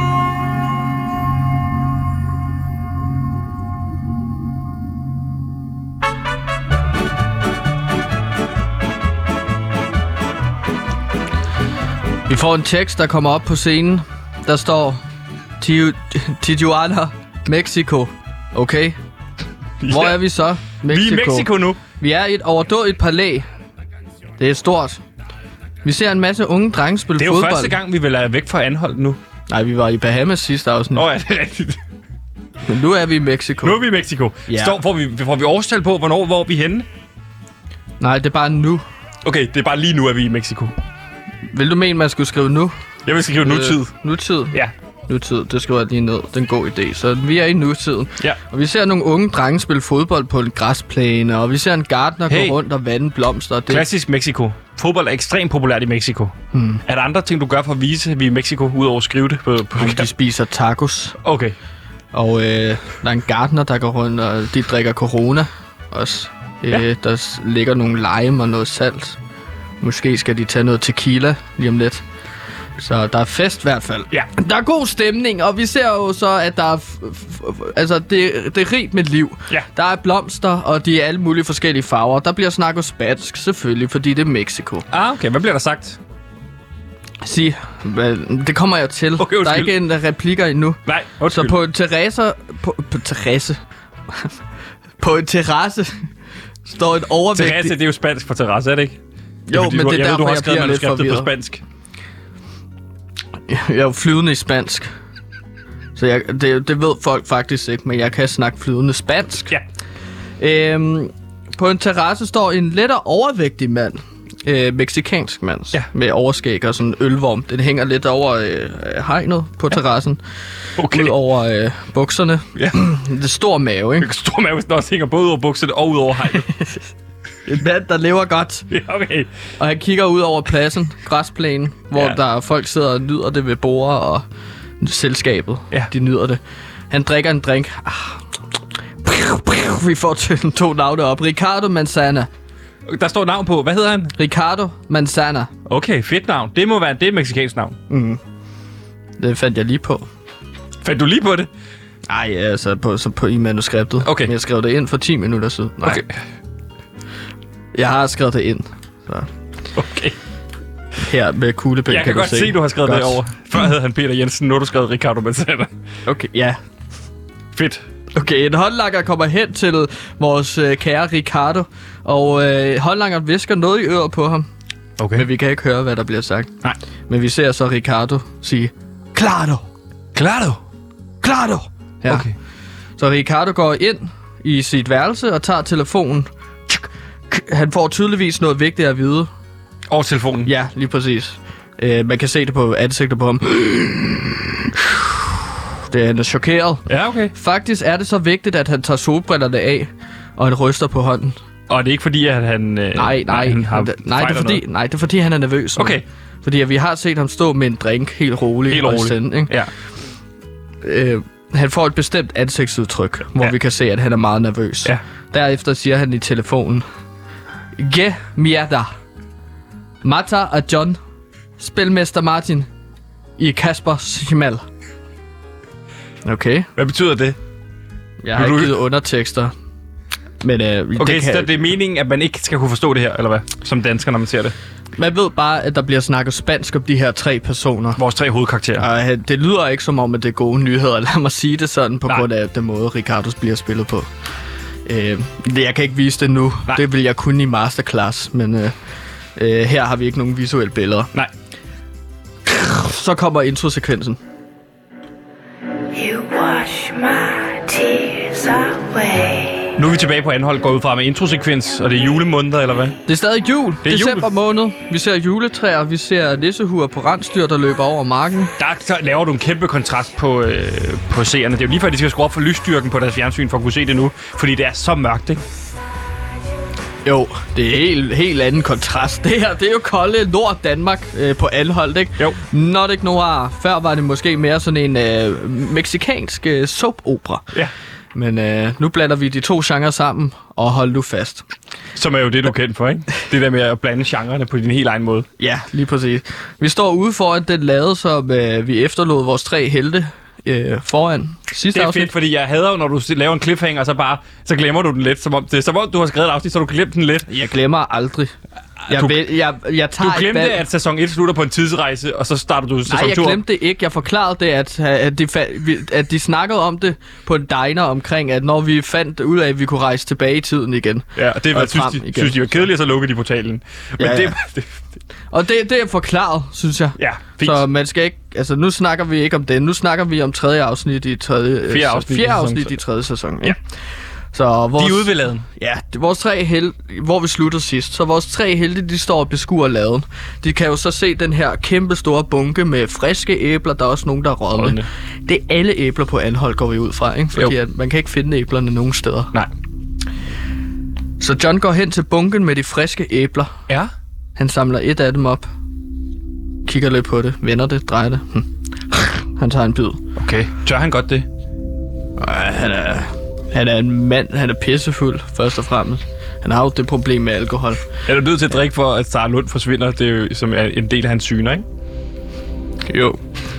B: Vi får en tekst, der kommer op på scenen. Der står Tiu- Tijuana, Mexico. Okay. Hvor er vi så?
A: Vi er i Mexico nu.
B: Vi er i et overdådigt palæ. Det er stort. Vi ser en masse unge drenge spille
A: Det er jo
B: fodbold.
A: første gang, vi vil være væk fra Anholt nu.
B: Nej, vi var i Bahamas sidste afsnit.
A: Nå ja, det er rigtigt.
B: Men nu er vi i Mexico.
A: Nu er vi i Mexico.
B: Ja.
A: Står, får, vi, får vi årstal på, hvornår hvor er vi henne?
B: Nej, det er bare nu.
A: Okay, det er bare lige nu, at vi er i Mexico.
B: Vil du mene, man skulle skrive nu?
A: Jeg vil skrive nutid.
B: Øh, nutid?
A: Ja.
B: Nutid, det skriver jeg lige ned. Det er en god idé. Så vi er i nutiden.
A: Ja.
B: Og vi ser nogle unge drenge spille fodbold på en græsplæne, og vi ser en gartner
A: Hey.
B: gå rundt og vande blomster. Det,
A: Klassisk Mexico. Fodbold er ekstremt populært i Mexico.
B: Hmm.
A: Er der andre ting, du gør for at vise, at vi er i Mexico, udover at skrive det på, på
B: de spiser tacos.
A: Okay.
B: Og øh, der er en gartner, der går rundt, og de drikker corona også. Øh,
A: Ja.
B: Der s- ligger nogle lime og noget salt. Måske skal de tage noget tequila lige om lidt. Så der er fest i hvert fald.
A: Ja.
B: Der er god stemning, og vi ser jo så, at der er f- f- f- altså det, det er rigt med liv.
A: Ja.
B: Der er blomster, og de er alle mulige forskellige farver. Der bliver snakket spansk, selvfølgelig, fordi det er Mexico.
A: Ah, okay. Hvad bliver der sagt?
B: sige, men det kommer jeg til.
A: Okay,
B: der er
A: undskyld.
B: ikke en replikker endnu.
A: Nej,
B: Så
A: undskyld.
B: på en terrasse... På, på terrasse... på en terrasse står en overvægtig...
A: Terrasse, det er jo spansk for terrasse, er det ikke?
B: Jo,
A: fordi,
B: men
A: du,
B: det er
A: jeg ved,
B: derfor,
A: du har
B: jeg
A: skrevet
B: bliver lidt
A: manuskriptet på
B: forvirret.
A: spansk.
B: Jeg er jo flydende i spansk. Så jeg, det, det ved folk faktisk ikke, men jeg kan snakke flydende spansk.
A: Ja.
B: Øhm, på en terrasse står en lettere overvægtig mand. Øh, mexikansk mand.
A: Ja.
B: Med overskæg og sådan en ølvorm. Den hænger lidt over øh, hegnet på ja. terrassen.
A: Okay.
B: Ud over øh, bukserne.
A: Ja.
B: Det er stor mave, ikke?
A: Stor mave, der også hænger både over bukserne og ud over hegnet.
B: En mand, der lever godt.
A: Ja, okay.
B: Og han kigger ud over pladsen, græsplænen, hvor
A: Ja.
B: ja. der er folk sidder og nyder det ved borde, og selskabet,
A: Ja.
B: de nyder det. Han drikker en drink. Ah. Vi får til to navne op. Ricardo Manzana.
A: Der står navn på. Hvad hedder han?
B: Ricardo Manzana.
A: Okay, fedt navn. Det må være det er et mexikansk navn.
B: Det fandt jeg lige på.
A: Fandt du lige på det?
B: Nej, altså på, så på i manuskriptet.
A: Okay.
B: Men jeg skrev det ind for ti minutter siden. Nej,
A: Okay.
B: jeg har skrevet det ind. Så
A: Okay.
B: her med kuglepen
A: Jeg kan,
B: du
A: godt se, du har skrevet
B: godt.
A: det over. Før havde han Peter Jensen, nu har du skrevet Ricardo Manzana.
B: Okay, ja.
A: Fedt.
B: Okay, en håndlanger kommer hen til vores øh, kære Ricardo, og øh, håndlangeren visker noget i øret på ham.
A: Okay.
B: Men vi kan ikke høre, hvad der bliver sagt.
A: Nej.
B: Men vi ser så Ricardo sige, Claro,
A: Claro.
B: Claro. Ja.
A: Okay.
B: Så Ricardo går ind i sit værelse og tager telefonen. Han får tydeligvis noget vigtigt at vide.
A: Over telefonen.
B: Ja, lige præcis. Øh, man kan se det på ansigtet på ham. Det, han er chokeret.
A: Ja, okay.
B: Faktisk er det så vigtigt, at han tager solbrillerne af, og han ryster på hånden.
A: Og det er ikke fordi, at han... Øh,
B: Nej, nej.
A: han har
B: nej, det er
A: fejler
B: fordi,
A: noget?
B: nej, det er fordi, han er nervøs.
A: Okay.
B: Fordi vi har set ham stå med en drink helt rolig.
A: Helt
B: og
A: roligt.
B: Sende, ikke?
A: Ja.
B: Øh, han får et bestemt ansigtsudtryk, hvor
A: Ja.
B: vi kan se, at han er meget nervøs.
A: Ja.
B: Derefter siger han i telefonen, Ge mierda. Mata og John. Spilmester Martin. I Kasper Schimmel. Okay.
A: Hvad betyder det?
B: Jeg har
A: Vil
B: ikke
A: du-
B: givet undertekster. Men øh,
A: Okay,
B: det
A: så
B: kan,
A: det er meningen, at man ikke skal kunne forstå det her, eller hvad? Som dansker, når man ser det.
B: man ved bare, at der bliver snakket spansk om de her tre personer.
A: Vores tre hovedkarakterer.
B: Og øh, det lyder ikke som om, at det er gode nyheder. Lad mig sige det sådan, på
A: Nej.
B: grund af den måde, Ricardos bliver spillet på. Øh, jeg kan ikke vise det nu.
A: Nej.
B: Det vil jeg kunne i masterclass. Men øh, øh, her har vi ikke nogen visuelle billeder.
A: Nej.
B: Så kommer introsekvensen.
D: You wash my tears away.
A: Nu er vi tilbage på Anholt, går ud fra med introsekvens, og det er julemåneder, eller hvad?
B: Det er stadig jul.
A: Det er
B: December
A: jul.
B: måned. Vi ser juletræer. Vi ser nissehuer på rensdyr, der løber over marken.
A: Der så laver du en kæmpe kontrast på, øh, på seerne. Det er jo lige før, de skal skrue op for lysstyrken på deres fjernsyn, for at kunne se det nu. Fordi det er så mørkt, ikke?
B: Jo, det er helt, helt anden kontrast. Det her, det er jo kolde Nord Danmark øh, på Anholt, ikke?
A: Jo.
B: Nordic Noir. Før var det måske mere sådan en øh, meksikansk øh, soap-opera.
A: Ja.
B: Men øh, nu blander vi de to genrer sammen, og hold nu fast.
A: Som er jo det, du er kendt for, ikke? Det der med at blande genrerne på din helt egen måde.
B: Ja, lige præcis. Vi står ude foran den lade, som øh, vi efterlod vores tre helte øh, foran sidste
A: Det er
B: afsnit.
A: fedt, fordi jeg hader jo, når du laver en cliffhanger, og så bare, så glemmer du den lidt. Som om, det er som om, du har skrevet et afsnit, så har du glemt den lidt.
B: Jeg glemmer aldrig. Jeg,
A: Du-
B: vil, jeg, jeg tager
A: Du
B: et
A: glemte,
B: valg.
A: at sæson et slutter på en tidsrejse, og så starter du sæson
B: Nej, jeg
A: to.
B: glemte det ikke. Jeg forklarede det, at, at, de, fa- vi- at de snakkede om det på en diner omkring, at når vi fandt ud af, at vi kunne rejse tilbage i tiden igen.
A: Ja, og det var,
B: Og
A: synes,
B: frem
A: de,
B: igen.
A: synes de var kedeligt, og så lukkede de portalen. Men
B: Ja, ja.
A: det, det,
B: Og det, det er forklaret, synes jeg.
A: ja, fint.
B: Så man skal ikke... Altså, nu snakker vi ikke om det. Nu snakker vi om tredje afsnit i tredje... øh,
A: Fjerde
B: så-
A: afsnit i
B: fjerde
A: sæson.
B: afsnit i tredje sæson.
A: Ja.
B: Ja. Så vores,
A: De er ude ved laden.
B: Ja, det, vores tre helte, hvor vi sluttede sidst. Så vores tre helte, de står og beskuer laden. De kan jo så se den her kæmpe store bunke med friske æbler. Der er også nogen, der er rådne.
A: Rådne.
B: Det er alle æbler på Anholt, går vi ud fra, ikke? Fordi
A: Jo.
B: at man kan ikke finde æblerne nogen steder.
A: Nej.
B: Så John går hen til bunken med de friske æbler.
A: Ja.
B: Han samler et af dem op. Kigger lidt på det. Vender det. Drejer det. Hm. Han tager en bid.
A: Okay. Tør han godt det?
B: Øh, han er... Han er en mand. Han er pissefuld, først og fremmest. Han har jo det problem med alkohol.
A: Er du nødt til at drikke for, at Sara Lund forsvinder? Det er jo som er en del af hans syner, ikke?
B: Jo.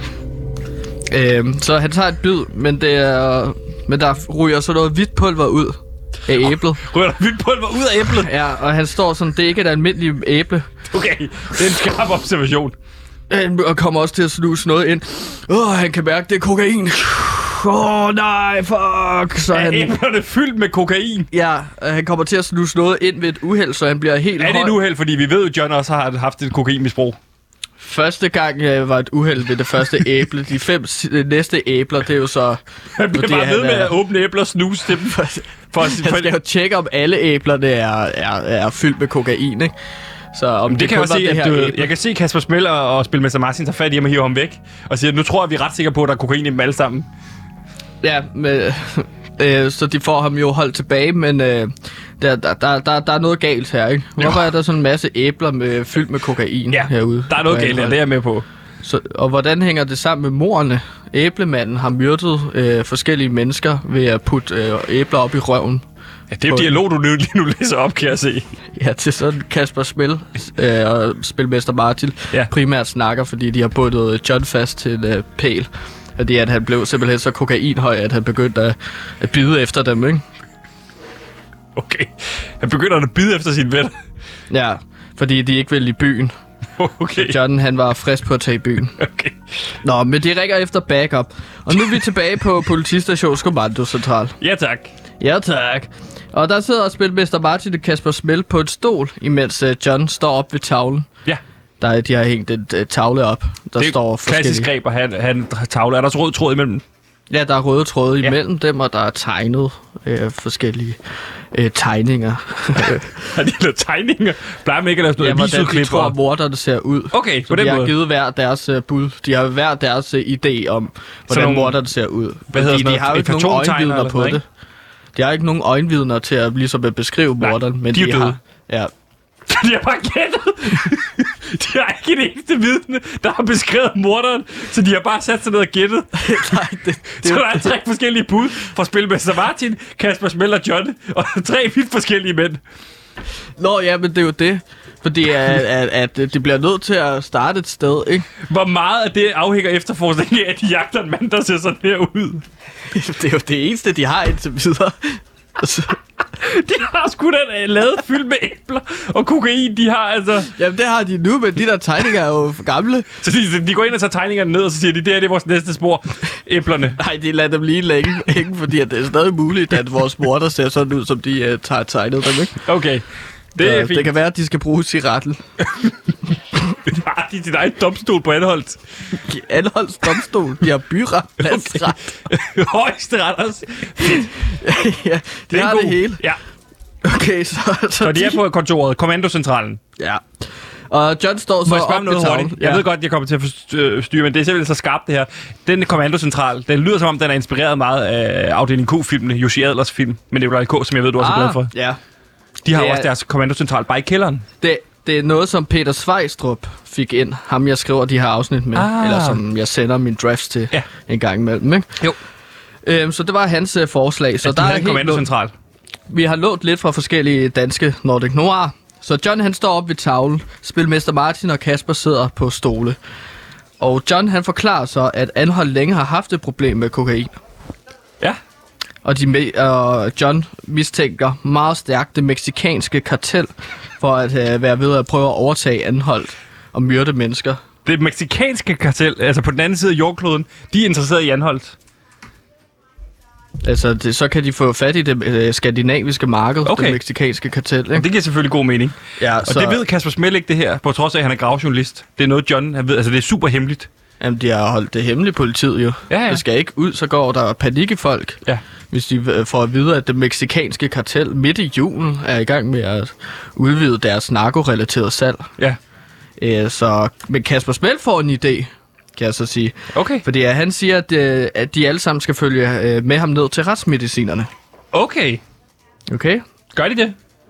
B: Øhm, så han tager et bid, men det er... Men der ryger så noget hvidt pulver ud af æblet.
A: Rører der hvidt pulver ud af æblet?
B: Ja, og han står sådan, det er ikke et almindeligt æble.
A: Okay, det er en skarp observation.
B: Han kommer også til at snuse noget ind. Åh, han kan mærke, det er kokain. Åh, oh, nej, fuck. Så
A: Er
B: han,
A: æblerne fyldt med kokain?
B: ja, han kommer til at snuse noget ind ved et uheld, så han bliver helt
A: Er det
B: høj.
A: et uheld, fordi vi ved jo, at John også har haft et kokainmisbrug?
B: Første gang øh, var et uheld ved det første æble. De fem s- næste æbler, det er jo så...
A: Han bliver
B: fordi
A: bare ved
B: han
A: med
B: er-
A: at åbne æbler og snuse til dem. For, for,
B: Han skal jo tjekke, om alle æblerne er, er, er fyldt med kokain, ikke? Så om
A: det,
B: det,
A: det kan
B: kun
A: jeg
B: var
A: se,
B: det
A: at
B: her
A: du,
B: æble.
A: jeg kan se Kasper Smell og, og Spilmester Martin tager fat i ham og hiver ham væk. Og siger, nu tror jeg, vi er ret sikre på, at der er kokain i dem alle sammen.
B: Ja, men, øh, så de får ham jo holdt tilbage, men øh, der, der, der, der, der er noget galt her, ikke? Hvorfor er der sådan en masse æbler med, fyldt med kokain
A: Ja,
B: herude?
A: der er noget
B: på
A: galt her,
B: Anholt?
A: det er jeg med på.
B: Så, og hvordan hænger det sammen med mordene? Æblemanden har myrdet øh, forskellige mennesker ved at putte øh, æbler op i røven.
A: Ja, det er jo dialog, du lige nu læser op, kan jeg se.
B: Ja, til sådan Kasper Smell øh, og Spilmester Martin
A: Ja.
B: primært snakker, fordi de har bundet John fast til en øh, pæl. Fordi at han blev simpelthen så kokainhøj, at han begyndte at, at bide efter dem, ikke?
A: Okay. Han begynder at bide efter sin ven.
B: Ja, fordi de ikke ville i byen.
A: Okay.
B: John, han var frisk på at tage i byen.
A: Okay.
B: Nå, men de ringer efter backup. Og nu er vi tilbage på politistation Kommando Central.
A: Ja, tak.
B: Ja, tak. Og der sidder Spilmester Martin og Kasper Smell på et stol, imens uh, John står op ved tavlen.
A: Ja.
B: Der, de har hængt en uh, tavle op, der
A: Det er
B: står
A: klassisk
B: forskellige...
A: greb, og han, han tavle. Er der så rød tråd imellem?
B: Ja, der er røde tråde
A: Ja.
B: imellem dem, og der er tegnet øh, forskellige øh, tegninger.
A: Har de lavet tegninger? Plejer man ikke at lave sådan
B: Ja,
A: noget
B: hvordan de
A: videoklip?
B: tror,
A: og-
B: at morderne ser ud.
A: Okay,
B: Så
A: på den
B: de har
A: måde.
B: givet hver deres uh, bud. De har hver deres uh, idé om, hvordan
A: nogle-
B: morderne ser ud.
A: Hvad hedder
B: Fordi
A: sådan
B: de har jo
A: noget?
B: ikke nogen
A: Fantomtegner
B: øjenvidner
A: eller
B: på
A: sådan
B: det. De har ikke nogen øjenvidner til at, ligesom at beskrive
A: Nej,
B: morderen. Men
A: de er
B: de
A: døde.
B: har, ja.
A: De har bare gættet. De har ikke en eneste vidne, der har beskrevet morderen, så de har bare sat sig ned og gættet.
B: Nej, det, det,
A: Så der er tre forskellige bud fra Spilmester Martin, Kasper Smell og John, og tre vidt forskellige mænd.
B: Nå ja, men det er jo det. Fordi at, at, at de bliver nødt til at starte et sted, ikke?
A: Hvor meget af det afhænger efterforskningen af, at de jagter en mand, der ser sådan her ud?
B: Det er jo det eneste, de har indtil videre. Altså,
A: De har sgu da lavet fyldt med æbler og kokain, de har altså...
B: jamen, det har de nu, men de der tegninger er jo for gamle.
A: Så de, de går ind og tager tegningerne ned, og så siger de, det her det er vores næste spor, æblerne.
B: Nej, de lader dem lige længe, ikke? Fordi at det er stadig muligt, at vores morter ser sådan ud, som de uh, tager tegnet dem, ikke?
A: Okay, det er
B: Så
A: fint.
B: det kan være, at de skal bruges i retten.
A: Har de din egen domstol på Anholt?
B: Anholds domstol, de har byret, landsret.
A: Højesteret også.
B: Ja, de
A: er
B: har
A: en
B: det
A: god-
B: hele.
A: Ja,
B: Okay, så... Så,
A: så de er på kontoret, kommandocentralen.
B: Ja. Og John står så
A: Må jeg spørge
B: op
A: om noget
B: ved tavlen.
A: hurtigt? Jeg ved godt, jeg kommer til at forstyrre, men det er simpelthen så skarpt det her. Den kommandocentral, den lyder som om, den er inspireret meget af Afdeling K-filmene, Jussi Adlers film, men det er jo K, som jeg ved, du også er glad for.
B: Ah, ja.
A: De har
B: det
A: jo
B: er-
A: også deres kommandocentral bare i kælderen.
B: Det, det er noget, som Peter Svejstrup fik ind. Ham, jeg skriver de her afsnit med.
A: Ah.
B: Eller som jeg sender mine drafts til
A: Ja.
B: en gang imellem, ikke?
A: Jo.
B: Øhm, så det var hans uh, forslag. Så
A: Så
B: der
A: de
B: er
A: har en
B: helt lånt,
A: kommandocentral.
B: vi har lånt lidt fra forskellige danske Nordic Noir. Så John, han står op ved tavlen. Spilmester Martin og Kasper sidder på stole. Og John, han forklarer så, at Anholt længe har haft et problem med kokain.
A: Ja.
B: Og de me- og John mistænker meget stærkt det meksikanske kartel for at uh, være ved at prøve at overtage Anholt og myrde mennesker.
A: Det meksikanske kartel, altså på den anden side af jordkloden, de er interesseret i Anholt.
B: Altså, det, så kan de få fat i det øh, skandinaviske marked,
A: Okay.
B: det meksikanske kartel,
A: Og
B: ikke?
A: det giver selvfølgelig god mening.
B: Ja,
A: Og så... det ved Kasper Smell ikke det her, på trods af, at han er gravjournalist. Det er noget, John han ved. Altså, det er super hemmeligt.
B: Jamen, de har holdt det hemmeligt, politiet jo.
A: Ja, ja.
B: Det skal ikke ud, så går der panik i folk.
A: Ja.
B: Hvis de øh, får at vide, at det meksikanske kartel midt i julen er i gang med at udvide deres narkorelaterede salg.
A: Ja.
B: Øh, så, men Kasper Smell får en idé, kan jeg så sige.
A: Okay.
B: Fordi at han siger, at, øh, at de alle sammen skal følge øh, med ham ned til retsmedicinerne.
A: Okay.
B: Okay?
A: Gør de det?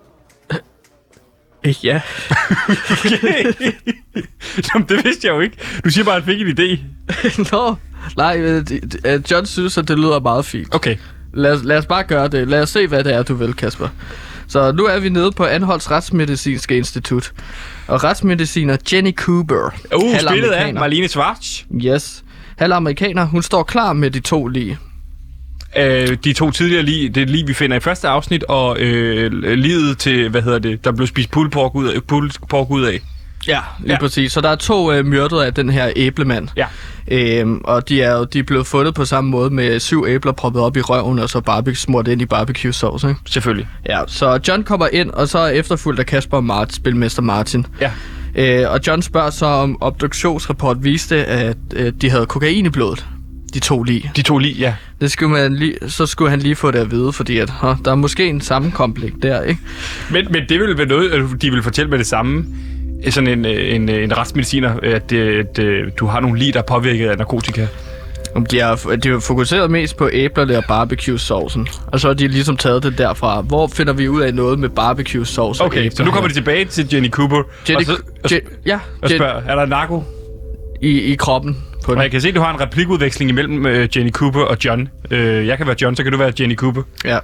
B: Øh, ja.
A: Okay. Jamen, det vidste jeg jo ikke. Du siger bare, at han fik en idé.
B: Nå, nej, øh, de- de- øh, John synes, at det lyder meget fint.
A: Okay.
B: Lad os, lad os bare gøre det. Lad os se, hvad det er, du vil, Kasper. Så nu er vi nede på Anholts Retsmedicinske Institut. Og retsmediciner Jenny Cooper.
A: Uh, spillet af
B: halvamerikaner.
A: Marlene Schwartz.
B: Yes. Halvamerikaner. Hun står klar med de to lige.
A: Øh, de to tidligere lige, det lige vi finder i første afsnit, og øh, livet til, hvad hedder det, der blev spist pulled pork ud af, pulled pork ud af.
B: Ja, lige
A: Ja.
B: præcis. Så der er to øh, myrdet af den her æblemand.
A: Ja.
B: Øhm, og de er jo de er blevet fundet på samme måde med syv æbler proppet op i røven, og så barbecue, smurt ind i barbecue sauce, ikke?
A: Selvfølgelig.
B: Ja, så John kommer ind, og så er efterfulgt af Kasper og Martin, spilmester Martin.
A: Ja.
B: Øh, og John spørger så, om obduktionsrapport viste, at øh, de havde kokain i blodet. De to lig.
A: De to lige, ja.
B: Det skulle man lige, så skulle han lige få det at vide, fordi at, huh, der er måske en sammenkombling der, ikke?
A: Men, men det ville være noget, de vil fortælle med det samme. Sådan en, en, en retsmediciner, at, at, at du har nogle lig, der er påvirket af narkotika.
B: De har, de har fokuseret mest på æblerne og barbecue-saucen. Og så har de ligesom taget det derfra. Hvor finder vi ud af noget med barbecue-sauce?
A: Okay, så nu kommer de tilbage til Jenny Cooper.
B: Jenny,
A: og, så, og,
B: Je, ja,
A: og
B: Jen,
A: spørger, er der narko?
B: i, i kroppen på den.
A: Og jeg kan se, at du har en replikudveksling imellem uh, Jenny Cooper og John. Uh, jeg kan være John, så kan du være Jenny Cooper.
B: Ja.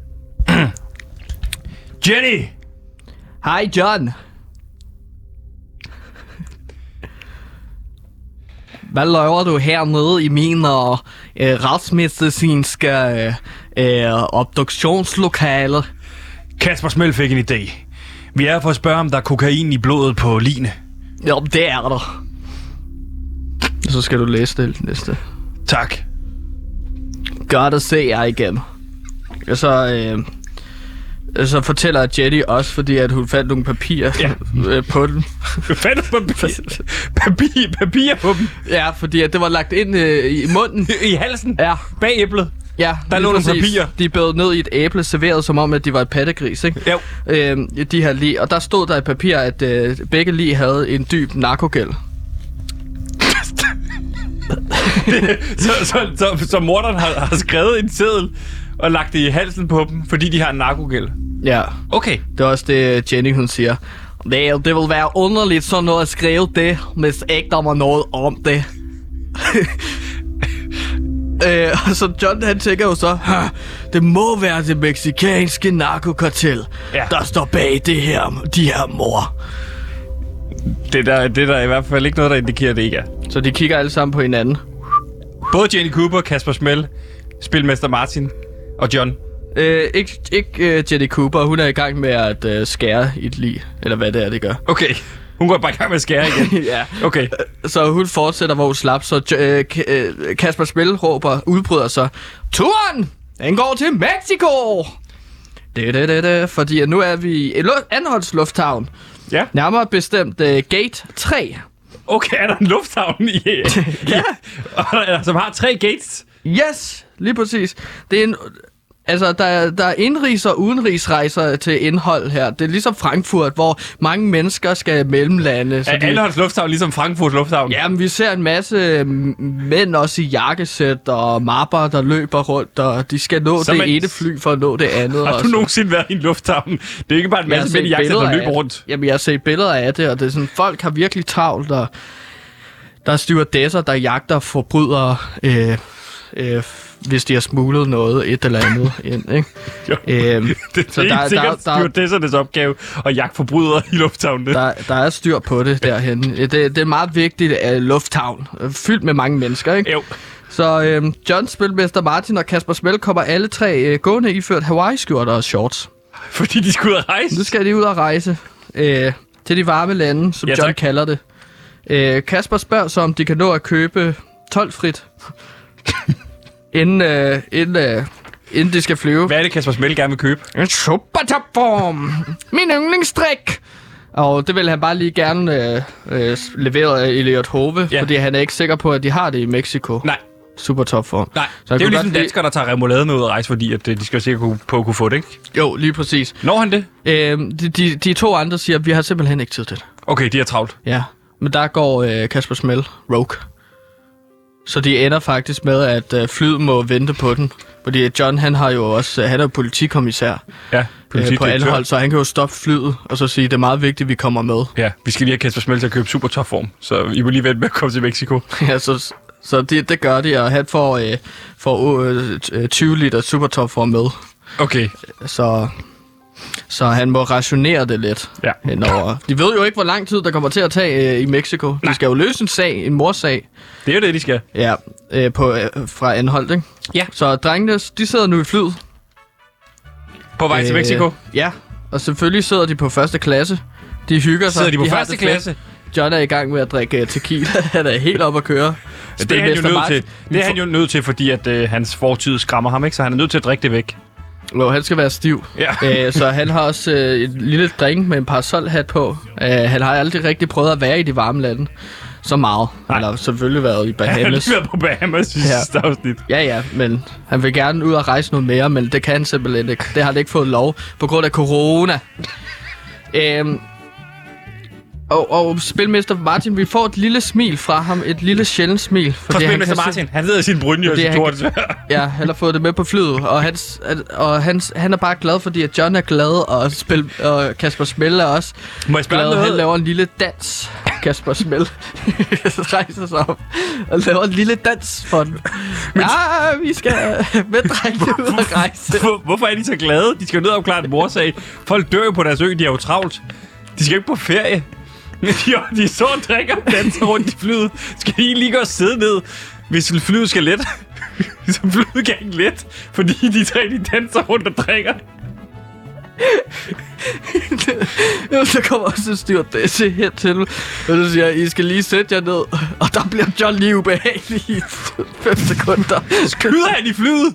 A: Jenny!
B: Hej, John. Hvad laver du hernede i min uh, retsmedicinske uh, uh, obduktionslokale?
A: Kasper Smell fik en idé. Vi er for at spørge, om der er kokain i blodet på Line.
B: Jo, det er der. Så skal du læse det næste.
A: Tak.
B: Godt at se jer igen. Og så, øh, så fortæller Jenny også, fordi at hun fandt nogle papirer
A: Ja.
B: øh, på den.
A: Fandt du papir? papir? Papir på dem?
B: Ja, fordi at det var lagt ind øh, i munden.
A: I halsen?
B: Ja,
A: Bag æblet?
B: ja.
A: Der
B: lige
A: lå nogle
B: præcis.
A: papirer.
B: De blev ned i et æble, serveret som om, at de var et pattegris, ikke?
A: Jo.
B: Øhm, de her lig. Og der stod der i papir, at øh, begge lig havde en dyb narkogæld.
A: så, så, så, så morderen har, har skrevet en seddel og lagt det i halsen på dem, fordi de har en narkogæld.
B: Ja,
A: Okay.
B: det er også det, Jenny hun siger. Det, det vil være underligt sådan noget at skrive det, hvis ikke der var noget om det. øh, og så John han tænker jo så, det må være det mexikanske narkokartel,
A: Ja.
B: der står bag det her, de her mor.
A: Det der, det der er i hvert fald ikke noget, der indikerer, det ikke er.
B: Så de kigger alle sammen på hinanden.
A: Både Jenny Cooper, Kasper Smell, spilmester Martin og John.
B: Øh, ikke ikke uh, Jenny Cooper, hun er i gang med at uh, skære i et lig, eller hvad det er, det gør.
A: Okay. Hun går bare i gang med at skære igen.
B: Ja.
A: Okay.
B: Så hun fortsætter, hvor hun slap, så øh, K- øh, Kasper Spil råber, udbryder sig, turen, den går til Mexico! Det, det, det, det, fordi nu er vi i Lu- Anholts Lufthavn.
A: Ja.
B: Nærmere bestemt uh, Gate tre.
A: Okay, er der en lufthavn i...
B: Ja.
A: ja. Som har tre gates?
B: Yes, lige præcis. Det er en... Altså, der er, der er indrigs- og udenrigsrejser til indhold her. Det er ligesom Frankfurt, hvor mange mennesker skal mellemlande. Så
A: Er
B: de-
A: Anholts Lufthavn ligesom Frankfurts Lufthavn?
B: Jamen, vi ser en masse mm, mænd også i jakkesæt og mapper, der løber rundt, og de skal nå
A: Så
B: det
A: man-
B: ene fly for at nå det andet.
A: Har
B: og
A: du
B: så-
A: nogensinde været i en lufthavn? Det er ikke bare en
B: Jeg har
A: masse mænd i
B: set
A: jakkesæt,
B: billeder
A: der løber
B: af
A: rundt.
B: det. Jamen, jeg har set billeder af det, og det er sådan, folk har virkelig travlt, og der er stewardesser, der jagter forbrydere, øh, øh, hvis de har smuglet noget, et eller andet ind, ikke?
A: Jo.
B: Øhm,
A: Det er
B: så
A: helt
B: der,
A: sikkert
B: der, der,
A: stewardessernes opgave at jagte forbrydere i lufthavnene.
B: der, der er styr på det derhen. Det, det er meget vigtigt, at lufthavn øh, fyldt med mange mennesker, ikke?
A: Jo.
B: Så øhm, John, spilmester Martin og Kasper Smell kommer alle tre øh, gående iført Hawaii-skjorter og shorts.
A: Fordi de skulle ud at rejse.
B: Nu skal de ud og rejse øh, til de varme lande, som
A: Ja,
B: John
A: tak.
B: kalder det. Øh, Kasper spørger så, om de kan nå at købe tolvfrit, inden, øh, inden, øh, inden de skal flyve.
A: Hvad er det, Kasper Smell gerne vil købe?
B: En supertopform! Min yndlingsstrik! Og det vil han bare lige gerne øh, øh, levere af Elliot Hove,
A: Ja.
B: fordi han er ikke sikker på, at de har det i Mexico.
A: Nej.
B: Super topform.
A: Nej,
B: Så
A: det
B: jeg
A: er jo
B: kunne
A: ligesom
B: godt lide-
A: danskere, der tager remoulade med ud at rejse, fordi at, øh, de skal sikkert kunne- på at kunne få det, ikke?
B: Jo, lige præcis.
A: Når han det?
B: Øhm, de, de, de to andre siger, at vi har simpelthen ikke tid til det.
A: Okay, de er travlt.
B: Ja, men der går øh, Kasper Smell rogue. Så de ender faktisk med, at øh, flyet må vente på den. Fordi John, han har jo også, øh, han er jo politikommissær
A: Ja,
B: øh, på
A: politidirektør.
B: Anhold, så han kan jo stoppe flyet og så sige, det er meget vigtigt, at vi kommer med.
A: Ja, vi skal lige have Kasper Smell til at købe super topform, så I må lige vente med at komme til Mexico.
B: Ja, så, så det, det gør de, og han får, øh, får øh, tyve liter supertopform med.
A: Okay,
B: Så, så han må rationere det lidt
A: ja.
B: henover. De ved jo ikke, hvor lang tid der kommer til at tage øh, i Mexico. De skal jo løse en sag, en morsag.
A: Det er jo det, de skal.
B: Ja, øh, på, øh, fra Anholt, ikke?
A: Ja.
B: Så drengene, de sidder nu i flyet.
A: På vej til Mexico.
B: Ja, og selvfølgelig sidder de på første klasse. De hygger sig.
A: Sidder de på
B: har
A: første
B: det fedt.
A: klasse?
B: John er i gang med at drikke tequila. Han er helt op at køre.
A: Ja, det er han jo nødt til. Det er han jo nødt til, fordi at øh, hans fortid skræmmer ham, ikke? Så han er nødt til at drikke det væk.
B: Jo, han skal være stiv.
A: Ja.
B: Æ, så han har også øh, et lille drink med en parasolhat på. Æ, han har aldrig rigtig prøvet at være i de varme lande. Så meget. Nej. Han har selvfølgelig været i Bahamas.
A: Han har lige været på Bahamas i
B: Ja.
A: sidste afsnit.
B: Ja, ja, men han vil gerne ud og rejse noget mere, men det kan han simpelthen ikke. Det har han ikke fået lov på grund af corona. Æm, og, og spilmester Martin, vi får et lille smil fra ham. Et lille sjældent smil.
A: Fra spilmester Martin. Han sidder i sin brynje og sin tordensvær.
B: Ja, han har fået det med på flyet, og, hans, og hans, han er bare glad, fordi at John er glad, og, spil, og Kasper Smell er også
A: Må jeg spørge
B: glad.
A: noget?
B: Han laver en lille dans. Kasper Smell rejser sig op og laver en lille dans for den. Ja, vi skal med drengene ud og rejse.
A: Hvor, hvorfor er de så glade? De skal jo ned og opklare en morsag. Folk dør jo på deres ø, de er jo travlt. De skal ikke på ferie. Men de, de så og drikker og danser rundt i flyet. Skal de lige gå og sidde ned, hvis flyet skal let? Så flyet kan ikke let, fordi de tre de danser rundt og drikker.
B: Jo, så kommer også en stewardesse hen til, og så siger I skal lige sætte jer ned, og der bliver John lige ubehagelig i fem sekunder.
A: Skyder han i flyet?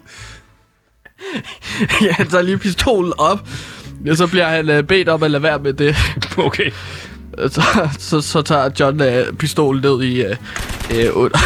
B: Ja, han tager lige pistolen op, og så bliver han uh, bedt om at lade være med det.
A: Okay.
B: Så, så, så tager John uh, pistolen ned i uh, uh, under.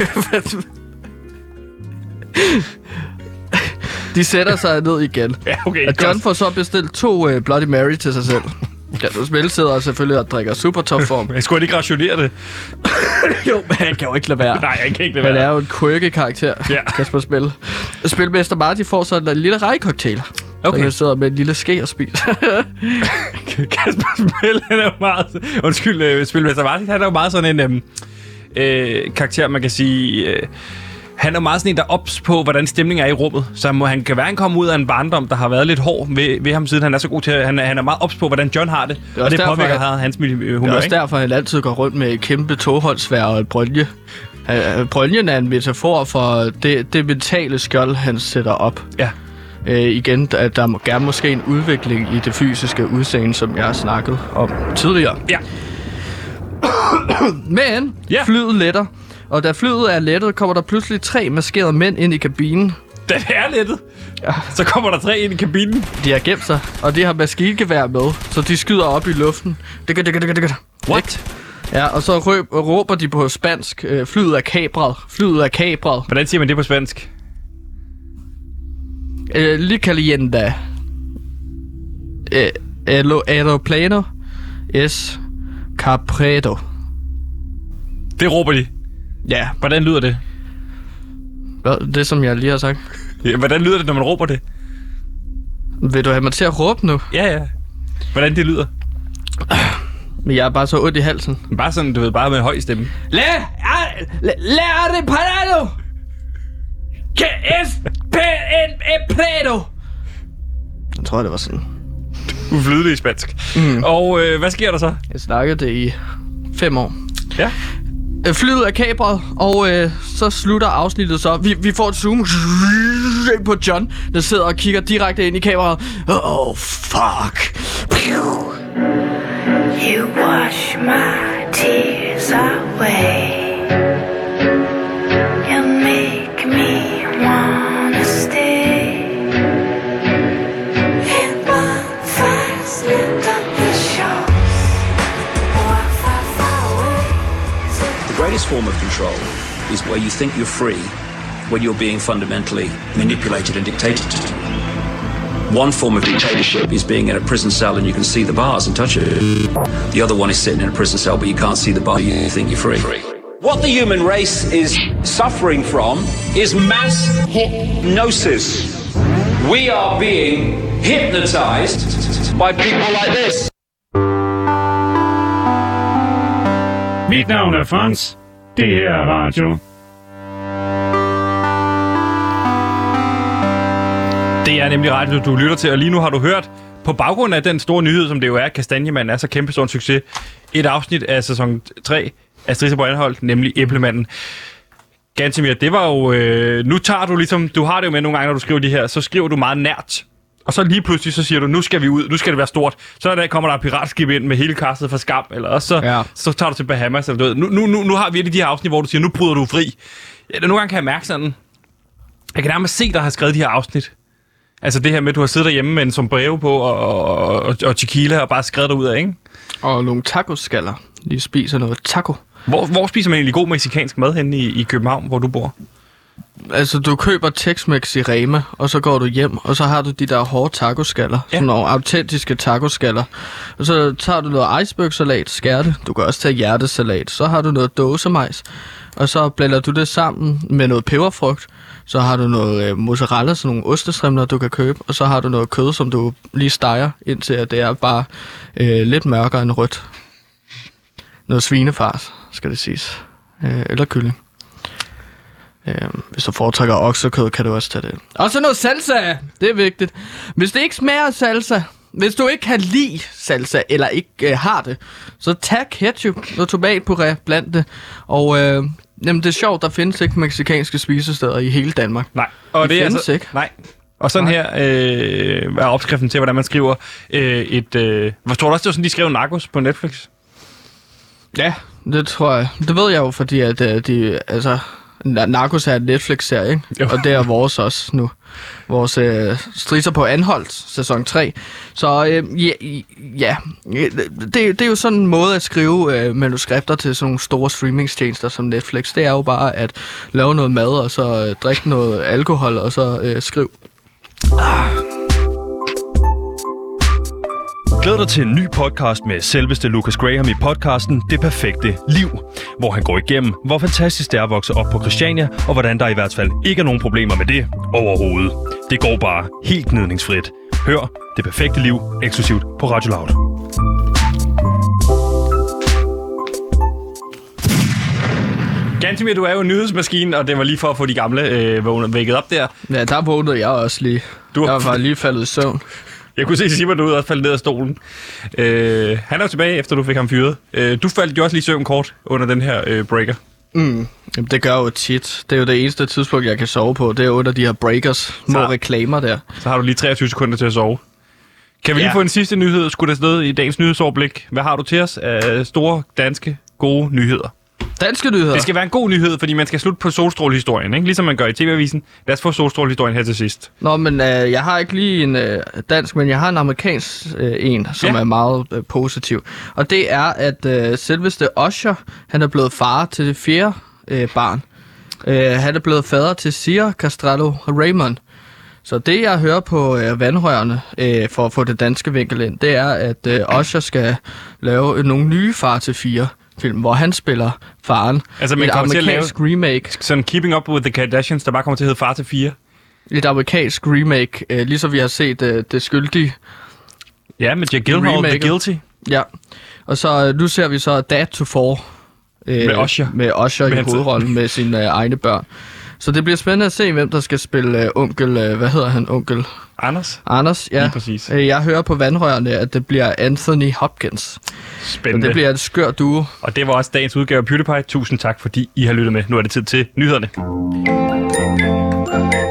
B: De sætter sig ned igen.
A: Ja, okay.
B: Og John får så bestilt to uh, Bloody Mary til sig selv. Ja, du spiller sidder selvfølgelig og drikker super top form.
A: Jeg skulle ikke rationere det.
B: Jo, men han kan jo ikke lade være.
A: Nej, jeg kan ikke lade
B: Han
A: være.
B: er jo en quirky karakter,
A: Ja.
B: Kasper Smell. Spilmester Martin får så en lille rejcocktail.
A: Okay.
B: Så han sidder med en lille ske og spiser.
A: Kasper Smell, han er jo meget... Undskyld, øh, spilmester Martin, han er jo meget sådan en øh, øh, karakter, man kan sige... Øh, han er meget sådan en, der er ops på, hvordan stemningen er i rummet. Så må, han kan være, han kommer ud af en barndom, der har været lidt hård ved, ved ham siden. Han er så god til at... Han, han er meget ops på, hvordan John har det.
B: Det
A: og det
B: derfor,
A: påvirker
B: han,
A: hans humør,
B: det er også
A: ikke?
B: derfor, han altid går rundt med et kæmpe toholdsværd og et brølje. Uh, brøljen er en metafor for det, det mentale skjold, han sætter op.
A: Ja.
B: Uh, igen, at der må gerne måske en udvikling i det fysiske udseende, som jeg har snakket om tidligere.
A: Ja.
B: Men
A: Ja.
B: flyet letter. Og da flyet er lettet, kommer der pludselig tre maskerede mænd ind i kabinen.
A: Da det er lettet,
B: Ja.
A: så kommer der tre ind i kabinen.
B: De har gemt sig, og de har maskingevær med, så de skyder op i luften. Digga, digga, digga, digga.
A: What?
B: Ja, og så røb, råber de på spansk, øh, flyet er kabret, flyet er kabret.
A: Hvordan siger man det på spansk?
B: Øh, Li calienta. Øh, alo, aeroplano es capredo.
A: Det råber de.
B: Ja,
A: Hvordan lyder det?
B: hvad- det som jeg lige har sagt.
A: Ja, hvordan lyder det, når man råber det?
B: Vil du have mig til at råbe nu?
A: Ja, ja. Hvordan det lyder?
B: Men jeg er bare så ondt i halsen.
A: Bare sådan, du ved, bare med en høj stemme.
B: La, la, la reparado. Que es pe en predo. Jeg tror, det var sådan.
A: Uflydelig i spansk. Mm. Og øh, hvad sker der så?
B: Jeg snakkede det i fem år.
A: Ja.
B: Øh, Flyet er kapret, og øh, så slutter afsnittet så. Vi, vi får et zoom på John, der sidder og kigger direkte ind i kameraet. Oh, fuck.
D: You wash my tears away. You make me wanna stay. And one fast lift up the shores. Walk far, far away.
E: The greatest form of control is where you think you're free when you're being fundamentally manipulated and dictated to. One form of dictatorship is being in a prison cell and you can see the bars and touch it. The other one is sitting in a prison cell but you can't see the bar, you think you're free. What the human race is suffering from is mass hypnosis. We are being hypnotized by people like this.
F: Mit navn er Frans. Det her er radio.
A: Det er nemlig radio, du lytter til, og lige nu har du hørt, på baggrund af den store nyhed, som det jo er, Kastanjemanden er så kæmpe stor en succes, et afsnit af sæson tre af Stridse på Anholdt, nemlig Æblemanden. Gantemir, det var jo... Øh, nu tager du ligesom... Du har det jo med nogle gange, når du skriver de her, så skriver du meget nært Og så lige pludselig, så siger du, nu skal vi ud, nu skal det være stort. Så der kommer der et piratskib ind med hele kastet fra Skam, eller også så,
B: Ja.
A: så tager du til Bahamas. Eller du ved. Nu, nu, nu, nu har vi de her afsnit, hvor du siger, nu bryder du fri. Ja, nogle gange kan jeg mærke sådan, jeg kan nærmest se, der har skrevet de her afsnit. Altså det her med, at du har siddet derhjemme med en sombrero på og, og, og, og tequila og bare skrevet derud af, ikke?
B: Og nogle tacoskaller. De spiser noget taco.
A: Hvor, hvor spiser man egentlig god mexicansk mad henne i, i København, hvor du bor?
B: Altså, du køber Tex-Mex i Rema, og så går du hjem, og så har du de der hårde tacoskaller.
A: Ja.
B: Sådan nogle autentiske tacoskaller. Og så tager du noget icebergsalat, skær det. Du kan også tage hjertesalat. Så har du noget dåsemajs. Og så blander du det sammen med noget peberfrugt. Så har du noget øh, mozzarella, sådan nogle ostestrimler, du kan købe. Og så har du noget kød, som du lige steger, indtil at det er bare øh, lidt mørkere end rødt. Noget svinefars, skal det siges. Øh, eller kylling. Øh, hvis du foretrækker oksekød, kan du også tage det. Og så noget salsa, det er vigtigt. Hvis det ikke smager af salsa, hvis du ikke kan lide salsa, eller ikke øh, har det, så tag ketchup og tomatpuré blandt det. Og øh, jamen, det er sjovt, der findes ikke mexicanske spisesteder i hele Danmark.
A: Nej. Og
B: Det
A: det er
B: findes
A: altså,
B: ikke.
A: Nej. Og sådan
B: Nej.
A: her øh, er opskriften til, hvordan man skriver øh, et... Øh, hvor tror du også, det var sådan, de skrev Narcos på Netflix?
B: Ja, det tror jeg. Det ved jeg jo, fordi at øh, de, altså, Narcos er en Netflix-serie, ikke?
A: Jo.
B: Og det er vores også nu. Vores øh, Strisser på Anholdt, sæson tre. Så øh, ja, ja det, det er jo sådan en måde at skrive øh, manuskripter til sådan nogle store streamingstjenester som Netflix. Det er jo bare at lave noget mad, og så øh, drikke noget alkohol, og så øh, skrive.
G: Glæd dig til en ny podcast med selveste Lucas Graham i podcasten Det Perfekte Liv, hvor han går igennem, hvor fantastisk det er at vokse op på Christiania, og hvordan der i hvert fald ikke er nogen problemer med det overhovedet. Det går bare helt gnidningsfrit. Hør Det Perfekte Liv eksklusivt på Radio Loud.
A: Gantimir, du er jo en nyhedsmaskine, og det var lige for at få de gamle øh, vågnet, vækket op der.
B: Ja, der vågnede jeg også lige.
A: Du har-
B: Jeg var lige faldet i søvn.
A: Jeg kunne se Simon derude og falde ned af stolen. Øh, han er jo tilbage, efter du fik ham fyret. Øh, du faldt jo også lige i søvn kort under den her øh, breaker.
B: Mm. Jamen, det gør jo tit. Det er jo det eneste tidspunkt, jeg kan sove på. Det er under de her breakers, små
A: Så-
B: reklamer der.
A: Så har du lige treogtyve sekunder til at sove. Kan vi
B: Ja.
A: lige få en sidste nyhed? Skulle der sted i dagens nyhedsoverblik? Hvad har du til os af store, danske, gode nyheder?
B: Danske nyheder.
A: Det skal være en god nyhed, fordi man skal slutte på solstrålehistorien, ikke? Ligesom man gør i T V-avisen. Lad os få solstrålehistorien her til sidst.
B: Nå, men øh, jeg har ikke lige en øh, dansk, men jeg har en amerikansk øh, en, som
A: Ja.
B: er meget øh, positiv. Og det er, at øh, selveste Usher, han er blevet far til det fjerde øh, barn. Øh, han er blevet fader til Sia Castrello Raymond. Så det, jeg hører på øh, vandrørene, øh, for at få det danske vinkel ind, det er, at øh, Usher skal lave øh, nogle nye far til fire film, hvor han spiller faren.
A: Altså, man
B: et
A: kommer til at
B: amerikansk remake.
A: Sådan Keeping Up with the Kardashians, der bare kommer til at hedde Far til fire.
B: Et amerikansk remake, øh, ligesom vi har set øh, Det Skyldige.
A: Ja, med Jack Gyllenhaal, The
B: Remaker.
A: Guilty.
B: Ja, og så øh, nu ser vi så Dad to Four. Øh,
A: Med Usher.
B: Med Usher
A: Med
B: i
A: hans-
B: hovedrollen med sine øh, egne børn. Så det bliver spændende at se, hvem der skal spille øh, onkel, øh, hvad hedder han, onkel
A: Anders.
B: Anders? Ja,
A: Lige præcis.
B: Øh, jeg hører på vandrørene, at det bliver Anthony Hopkins. Så
A: Spændende.
B: det bliver et skør duo.
A: Og det var også dagens udgave af PewDiePie. Tusind tak, fordi I har lyttet med. Nu er det tid til nyhederne.